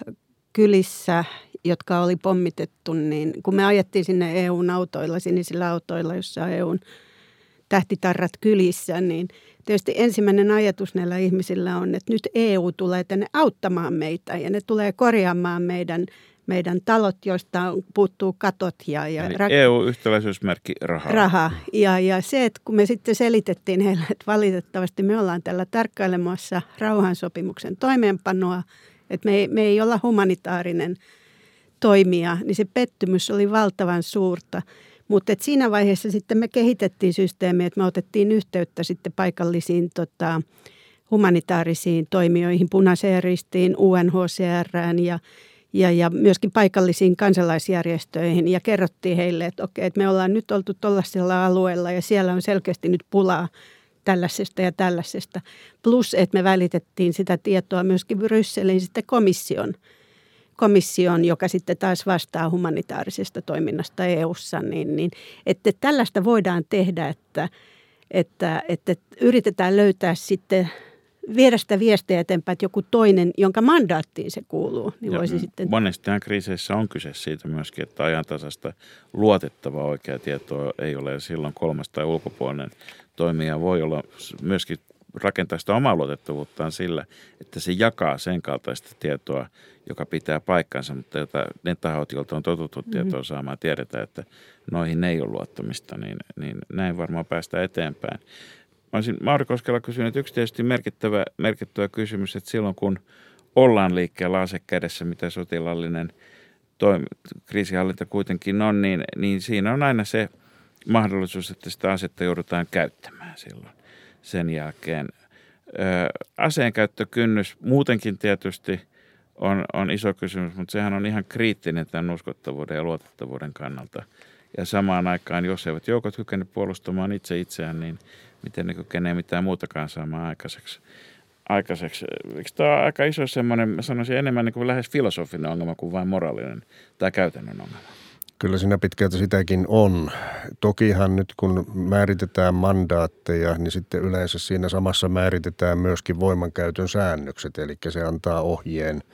Speaker 6: kylissä, jotka oli pommitettu, niin kun me ajettiin sinne E U:n autoilla, sinisillä autoilla, jossa E U:n tähtitarrat kylissä, niin tietysti ensimmäinen ajatus näillä ihmisillä on, että nyt E U tulee tänne auttamaan meitä ja ne tulee korjaamaan meidän, meidän talot, joista puuttuu katot. Ja, ja
Speaker 4: rak- E U-yhtäläisyysmerkki raha.
Speaker 6: Raha. Ja, ja se, että kun me sitten selitettiin heille, että valitettavasti me ollaan tällä tarkkailemassa rauhansopimuksen toimeenpanoa, että me ei, me ei olla humanitaarinen toimija, niin se pettymys oli valtavan suurta. Mutta siinä vaiheessa sitten me kehitettiin systeemiä, että me otettiin yhteyttä sitten paikallisiin tota, humanitaarisiin toimijoihin, Punaiseen Ristiin, U N H C R:ään ja, ja, ja myöskin paikallisiin kansalaisjärjestöihin. Ja kerrottiin heille, että okei, että me ollaan nyt oltu tuollaisella alueella ja siellä on selkeästi nyt pulaa tällaisesta ja tällaisesta. Plus, että me välitettiin sitä tietoa myöskin Brysselin sitten komission. komission, joka sitten taas vastaa humanitaarisesta toiminnasta E U:ssa, niin, niin että tällaista voidaan tehdä, että, että, että yritetään löytää sitten, viedä sitä viestiä eteenpäin, että joku toinen, jonka mandaattiin se kuuluu, niin voisi sitten...
Speaker 4: Monestihan kriiseissä on kyse siitä myöskin, että ajantasasta luotettavaa oikeaa tietoa ei ole, ja silloin kolmas tai ulkopuolinen toimija voi olla myöskin rakentaa sitä omaa luotettavuuttaan sillä, että se jakaa sen kaltaista tietoa, joka pitää paikkansa, mutta jota ne tahot, joilta on totuttu mm-hmm. tietoa saamaan, tiedetään, että noihin ei ole luottamista, niin, niin näin varmaan päästään eteenpäin. Mä olisin Mauri Koskela kysynyt, että yksi tietysti merkittävä, merkittävä kysymys, että silloin kun ollaan liikkeellä ase kädessä, mitä sotilallinen toimi, kriisihallinta kuitenkin on, niin, niin siinä on aina se mahdollisuus, että sitä asetta joudutaan käyttämään silloin. Sen jälkeen ö, aseenkäyttökynnys muutenkin tietysti on, on iso kysymys, mutta sehän on ihan kriittinen tämän uskottavuuden ja luotettavuuden kannalta. Ja samaan aikaan, jos eivät joukot kykene puolustamaan itse itseään, niin miten ne kykenee mitään muutakaan saamaan aikaiseksi. aikaiseksi. Eikö tämä ole aika iso semmoinen, mä sanoisin enemmän niin kuin lähes filosofinen ongelma kuin vain moraalinen tai käytännön ongelma?
Speaker 5: Kyllä siinä pitkälti sitäkin on. Tokihan nyt kun määritetään mandaatteja, niin sitten yleensä siinä samassa määritetään myöskin voimankäytön säännökset. Eli se antaa ohjeen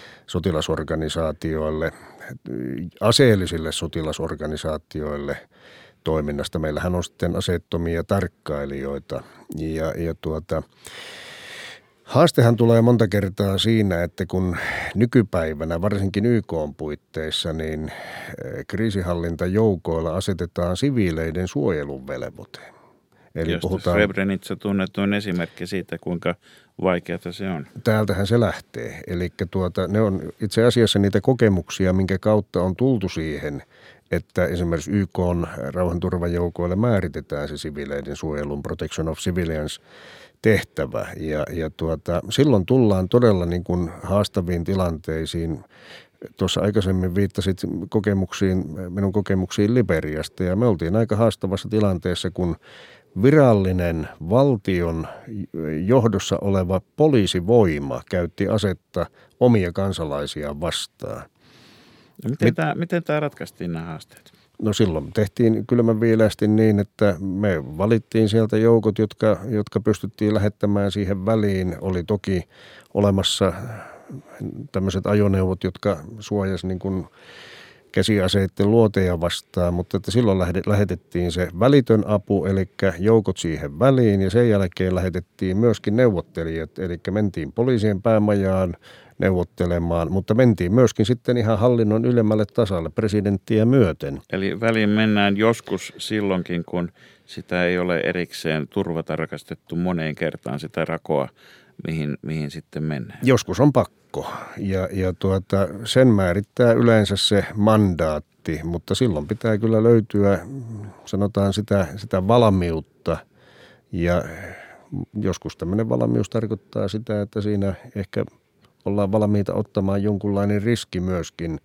Speaker 5: sotilasorganisaatioille, aseellisille sotilasorganisaatioille toiminnasta. Meillähän on sitten aseettomia tarkkailijoita ja, ja tuota... Haastehan tulee monta kertaa siinä, että kun nykypäivänä, varsinkin Y K:n puitteissa, niin kriisinhallintajoukoilla asetetaan siviileiden suojelun velvoite.
Speaker 4: Eli josta puhutaan, Srebrenica tunnetuin esimerkki siitä, kuinka vaikeaa se on. Täältähän
Speaker 5: se lähtee. Eli tuota, ne on itse asiassa niitä kokemuksia, minkä kautta on tultu siihen, että esimerkiksi Y K:n rauhanturvajoukoille määritetään se siviileiden suojelun, Protection of Civilians, tehtävä. Ja, ja tuota, silloin tullaan todella niin kuin haastaviin tilanteisiin. Tuossa aikaisemmin viittasit kokemuksiin, minun kokemuksiin Liberiasta, ja me oltiin aika haastavassa tilanteessa, kun virallinen valtion johdossa oleva poliisivoima käytti asetta omia kansalaisiaan vastaan.
Speaker 4: No miten, Mit, tämä, miten tämä ratkaistiin nämä haasteet?
Speaker 5: No silloin tehtiin kylmänviileästi niin, että me valittiin sieltä joukot, jotka, jotka pystyttiin lähettämään siihen väliin. Oli toki olemassa tämmöiset ajoneuvot, jotka suojasivat niin kuin käsiaseiden luoteja vastaan, mutta että silloin lähetettiin se välitön apu, eli joukot siihen väliin, ja sen jälkeen lähetettiin myöskin neuvottelijat, eli mentiin poliisien päämajaan neuvottelemaan, mutta mentiin myöskin sitten ihan hallinnon ylemmälle tasalle presidenttiä myöten.
Speaker 4: Eli väliin mennään joskus silloinkin, kun sitä ei ole erikseen turvatarkastettu moneen kertaan sitä rakoa, mihin, mihin sitten mennään.
Speaker 5: Joskus on pakko, ja, ja tuota, sen määrittää yleensä se mandaatti, mutta silloin pitää kyllä löytyä, sanotaan sitä, sitä valmiutta, ja joskus tämmöinen valmius tarkoittaa sitä, että siinä ehkä ollaan valmiita ottamaan jonkunlainen riski myöskin,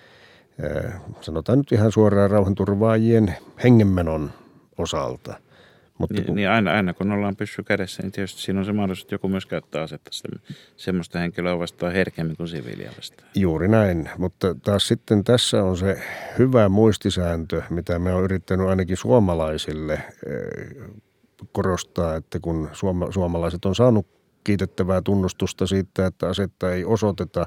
Speaker 5: sanotaan nyt ihan suoraan rauhanturvaajien hengenmenon osalta.
Speaker 4: Mutta niin, kun, niin aina, aina kun ollaan pyssy kädessä, niin tietysti siinä on se mahdollisuus, että joku myös käyttää asetta semmoista henkilöä vastaan herkemmin kuin siviiliä vastaan.
Speaker 5: Juuri näin, mutta taas sitten tässä on se hyvä muistisääntö, mitä me on yrittänyt ainakin suomalaisille korostaa, että kun suoma, suomalaiset on saanut kiitettävää tunnustusta siitä, että asetta ei osoiteta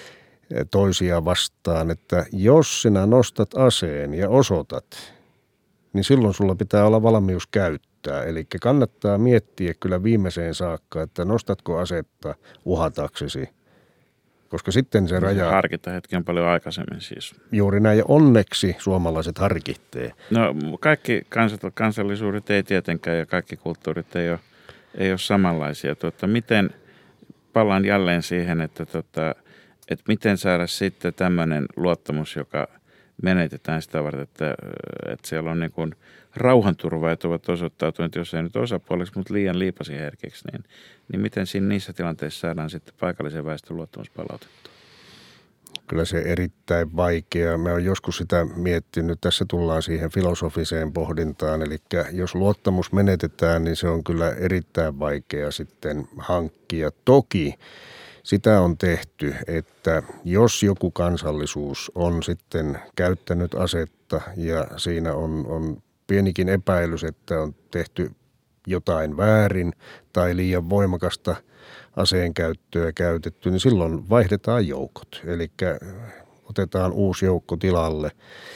Speaker 5: toisia vastaan, että jos sinä nostat aseen ja osoitat, niin silloin sulla pitää olla valmius käyttää. Eli kannattaa miettiä kyllä viimeiseen saakka, että nostatko asetta uhataksesi, koska sitten se raja...
Speaker 4: Harkita hetken paljon aikaisemmin siis.
Speaker 5: Juuri näin, ja onneksi suomalaiset harkittee.
Speaker 4: No kaikki kansallisuudet ei tietenkään ja kaikki kulttuurit ei ole, ei ole samanlaisia. Tuota, miten, palaan jälleen siihen, että, tuota, että miten saada sitten tämmöinen luottamus, joka menetetään sitä varten, että, että siellä on niin kuin rauhanturvaajat ovat osoittautuneet, jos ei nyt osapuoliksi, mutta liian liipasiherkiksi, niin, niin miten siinä niissä tilanteissa saadaan sitten paikallisen väestön luottamus palautettua?
Speaker 5: Kyllä se erittäin vaikea. Mä oon joskus sitä miettinyt. Tässä tullaan siihen filosofiseen pohdintaan. Eli jos luottamus menetetään, niin se on kyllä erittäin vaikea sitten hankkia. Toki sitä on tehty, että jos joku kansallisuus on sitten käyttänyt asetta ja siinä on, on pienikin epäilys, että on tehty jotain väärin tai liian voimakasta aseen käyttöä käytetty, niin silloin vaihdetaan joukot. Eli otetaan uusi joukko tilalle.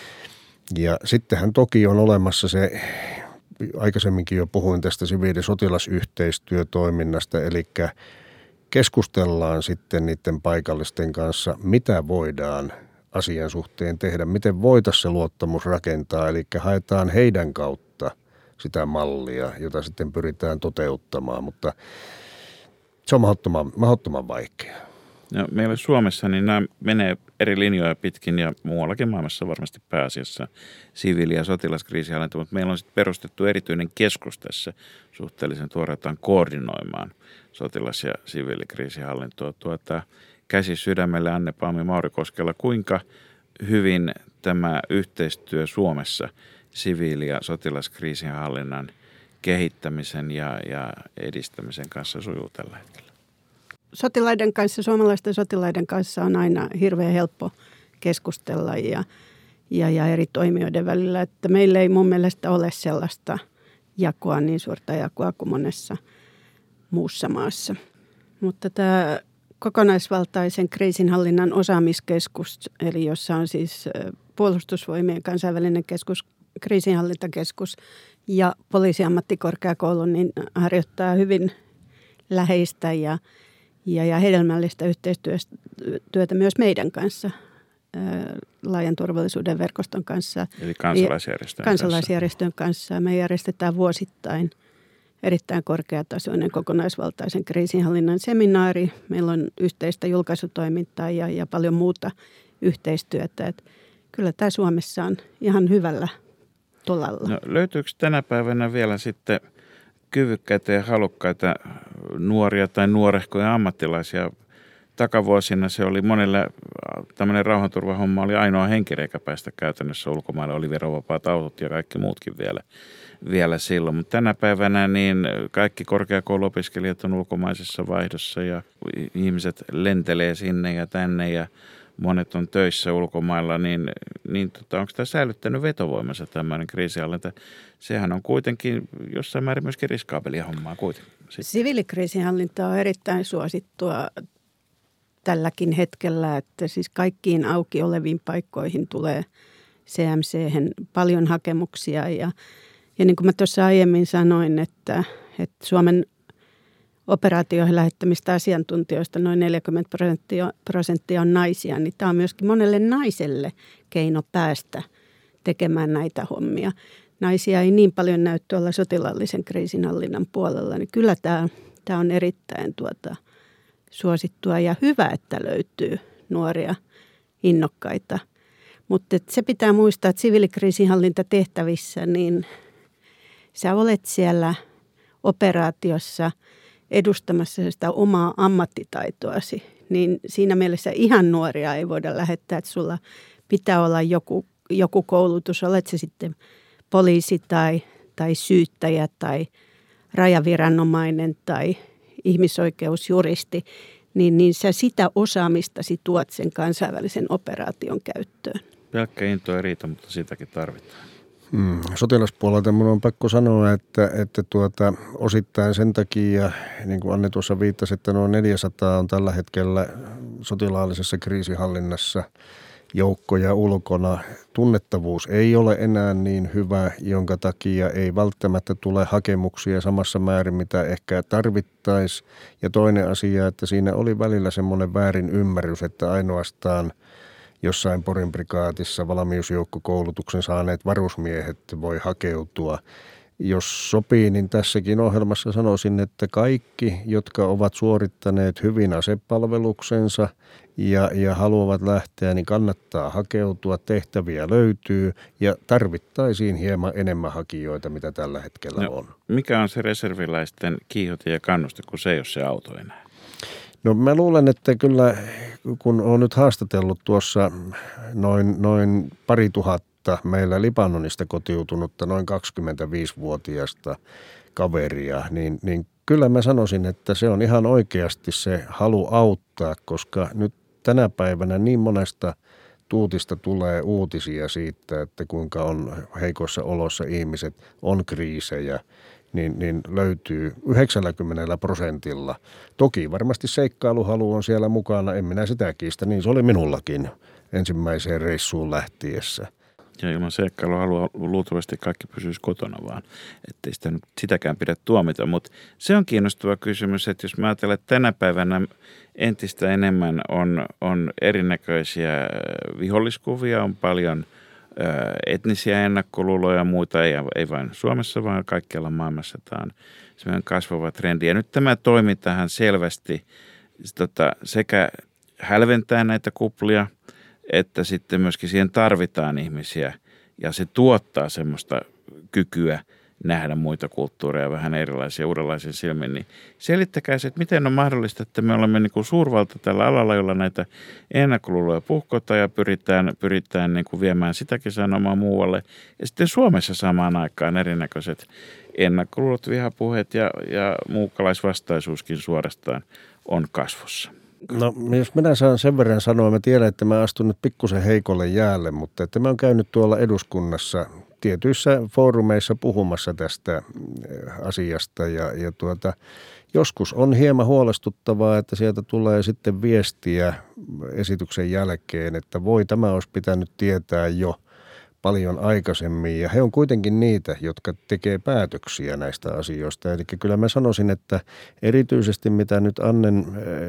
Speaker 5: Ja sittenhän toki on olemassa se, aikaisemminkin jo puhuin tästä siviili-sotilasyhteistyötoiminnasta, eli keskustellaan sitten niiden paikallisten kanssa, mitä voidaan asian suhteen tehdä, miten voitaisiin se luottamus rakentaa, eli haetaan heidän kautta sitä mallia, jota sitten pyritään toteuttamaan, mutta se on mahdottoman, mahdottoman vaikeaa.
Speaker 4: No, meillä Suomessa niin nämä menee eri linjoja pitkin ja muuallakin maailmassa varmasti pääasiassa siviili- ja sotilaskriisihallinta, mutta meillä on sitten perustettu erityinen keskus tässä suhteellisen tuoreeltaan koordinoimaan sotilas- ja siviilikriisihallintoa. Tuota, käsi sydämelle Anne Paami Maurikoskella, kuinka hyvin tämä yhteistyö Suomessa siviili- ja sotilaskriisinhallinnan kehittämisen ja, ja edistämisen kanssa sujuu tällä hetkellä?
Speaker 6: Sotilaiden kanssa, suomalaisten sotilaiden kanssa on aina hirveän helppo keskustella ja, ja, ja eri toimijoiden välillä, että meillä ei mun mielestä ole sellaista jakoa, niin suurta jakoa kuin monessa muussa maassa. Mutta tämä kokonaisvaltaisen kriisinhallinnan osaamiskeskus, eli jossa on siis puolustusvoimien kansainvälinen keskus, kriisinhallintakeskus ja poliisiammattikorkeakoulu, niin harjoittaa hyvin läheistä ja, ja, ja hedelmällistä yhteistyötä myös meidän kanssa, laajan turvallisuuden verkoston kanssa.
Speaker 4: Eli kansalaisjärjestön
Speaker 6: kansalaisjärjestön kanssa. kanssa. Me järjestetään vuosittain erittäin korkeatasoinen kokonaisvaltaisen kriisinhallinnan seminaari. Meillä on yhteistä julkaisutoimintaa ja, ja paljon muuta yhteistyötä. Et kyllä tämä Suomessa on ihan hyvällä tolalla.
Speaker 4: No, löytyykö tänä päivänä vielä sitten kyvykkäitä ja halukkaita nuoria tai nuorehkoja ammattilaisia? Takavuosina se oli monelle, tämmöinen rauhanturvahomma oli ainoa henkireikä päästä käytännössä ulkomaille. Oli verovapaat autot ja kaikki muutkin vielä, vielä silloin. Mutta tänä päivänä niin kaikki korkeakouluopiskelijat on ulkomaisessa vaihdossa ja ihmiset lentelee sinne ja tänne ja monet on töissä ulkomailla, niin, niin tota, onko tämä säilyttänyt vetovoimansa tämmöinen kriisinhallinta? Sehän on kuitenkin jossain määrin myöskin riskaabelia hommaa kuitenkin.
Speaker 6: Siviilikriisinhallinta on erittäin suosittua tälläkin hetkellä, että siis kaikkiin auki oleviin paikkoihin tulee C M C:hen paljon hakemuksia ja, ja niin kuin mä tuossa aiemmin sanoin, että, että Suomen operaatioihin lähettämistä asiantuntijoista noin neljäkymmentä prosenttia, prosenttia on naisia, niin tämä on myöskin monelle naiselle keino päästä tekemään näitä hommia. Naisia ei niin paljon näy tuolla sotilaallisen kriisinhallinnan puolella, niin kyllä tämä, tämä on erittäin tuota, suosittua ja hyvä, että löytyy nuoria innokkaita. Mutta se pitää muistaa, että siviilikriisinhallintatehtävissä, niin sä olet siellä operaatiossa edustamassa sitä omaa ammattitaitoasi, niin siinä mielessä ihan nuoria ei voida lähettää, että sulla pitää olla joku, joku koulutus, olet se sitten poliisi tai, tai syyttäjä tai rajaviranomainen tai ihmisoikeusjuristi, niin, niin sä sitä osaamistasi tuot sen kansainvälisen operaation käyttöön.
Speaker 4: Pelkkä into ei riitä, mutta sitäkin tarvitaan.
Speaker 5: Hmm. Sotilaspuolelta minun on pakko sanoa, että, että tuota, osittain sen takia, niin kuin Anne tuossa viittasi, että noin neljäsataa on tällä hetkellä sotilaallisessa kriisihallinnassa joukkoja ulkona. Tunnettavuus ei ole enää niin hyvä, jonka takia ei välttämättä tule hakemuksia samassa määrin, mitä ehkä tarvittaisiin. Ja toinen asia, että siinä oli välillä semmoinen väärin ymmärrys, että ainoastaan jossain Porin prikaatissa valmiusjoukkokoulutuksen saaneet varusmiehet voi hakeutua. Jos sopii, niin tässäkin ohjelmassa sanoisin, että kaikki, jotka ovat suorittaneet hyvin asepalveluksensa ja, ja haluavat lähteä, niin kannattaa hakeutua. Tehtäviä löytyy ja tarvittaisiin hieman enemmän hakijoita, mitä tällä hetkellä no, on.
Speaker 4: Mikä on se reserviläisten kiihote ja kannuste, kun se ei ole se auto enää?
Speaker 5: No mä luulen, että kyllä kun olen nyt haastatellut tuossa noin, noin pari tuhatta meillä Libanonista kotiutunutta noin kaksikymmentäviisivuotiaista kaveria, niin, niin kyllä mä sanoisin, että se on ihan oikeasti se halu auttaa, koska nyt tänä päivänä niin monesta tuutista tulee uutisia siitä, että kuinka on heikoissa oloissa ihmiset, on kriisejä. Niin, niin löytyy yhdeksänkymmentä prosentilla. Toki varmasti seikkailuhalu on siellä mukana, en minä sitä kiistä, niin se oli minullakin ensimmäiseen reissuun lähtiessä.
Speaker 4: Ja ilman seikkailuhalua luultavasti kaikki pysyisi kotona vaan, ettei sitä nyt sitäkään pidä tuomita. Mutta se on kiinnostava kysymys, että jos mä ajattelen, että tänä päivänä entistä enemmän on, on erinäköisiä viholliskuvia, on paljon etnisiä ennakkoluuloja ja muita, ei, ei vain Suomessa, vaan kaikkialla maailmassa. Tämä on semmoinen kasvava trendi. Ja nyt tämä toimintahan selvästi tota, sekä hälventää näitä kuplia, että sitten myöskin siihen tarvitaan ihmisiä. Ja se tuottaa semmoista kykyä nähdä muita kulttuureja, vähän erilaisia, uudenlaisia silmin. Niin selittäkää se, että miten on mahdollista, että me olemme niin kuin suurvalta tällä alalla, jolla näitä ennakkoluuloja puhkotaan ja pyritään, pyritään niin kuin viemään sitäkin sanomaan muualle. Ja sitten Suomessa samaan aikaan erinäköiset ennakkoluulot, vihapuheet ja, ja muukalaisvastaisuuskin suorastaan on kasvussa.
Speaker 5: No jos minä saan sen verran sanoa, mä tiedän, että mä astun nyt pikkusen heikolle jäälle, mutta että mä oon käynyt tuolla eduskunnassa tietyissä foorumeissa puhumassa tästä asiasta ja, ja tuota, joskus on hieman huolestuttavaa, että sieltä tulee sitten viestiä esityksen jälkeen, että voi tämä olisi pitänyt tietää jo paljon aikaisemmin ja he on kuitenkin niitä, jotka tekee päätöksiä näistä asioista. Eli kyllä mä sanoisin, että erityisesti mitä nyt Annen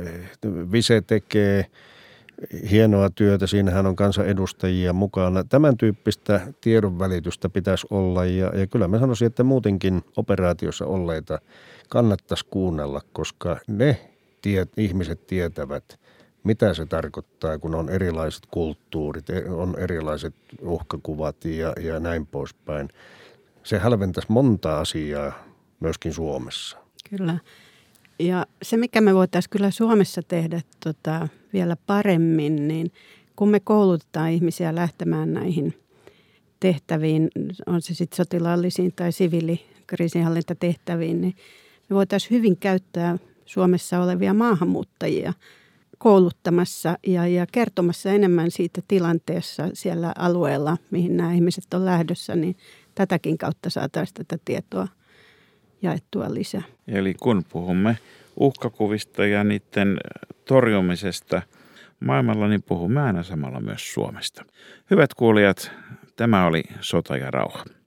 Speaker 5: Vise tekee, hienoa työtä, siinähän on kansanedustajia mukana. Tämän tyyppistä tiedonvälitystä pitäisi olla ja, ja kyllä mä sanoisin, että muutenkin operaatiossa olleita kannattaisi kuunnella, koska ne tiet, ihmiset tietävät, mitä se tarkoittaa, kun on erilaiset kulttuurit, on erilaiset uhkakuvat ja, ja näin poispäin. Se hälventäisi monta asiaa myöskin Suomessa.
Speaker 6: Kyllä. Ja se, mikä me voitaisiin kyllä Suomessa tehdä tota, vielä paremmin, niin kun me koulutetaan ihmisiä lähtemään näihin tehtäviin, on se sitten sotilaallisiin tai siviilikriisinhallintatehtäviin, niin me voitaisiin hyvin käyttää Suomessa olevia maahanmuuttajia kouluttamassa ja, ja kertomassa enemmän siitä tilanteessa siellä alueella, mihin nämä ihmiset on lähdössä, niin tätäkin kautta saataisiin tätä tietoa jaettua lisää.
Speaker 4: Eli kun puhumme uhkakuvista ja niiden torjumisesta maailmalla, niin puhumme aina samalla myös Suomesta. Hyvät kuulijat, tämä oli Sota ja rauha.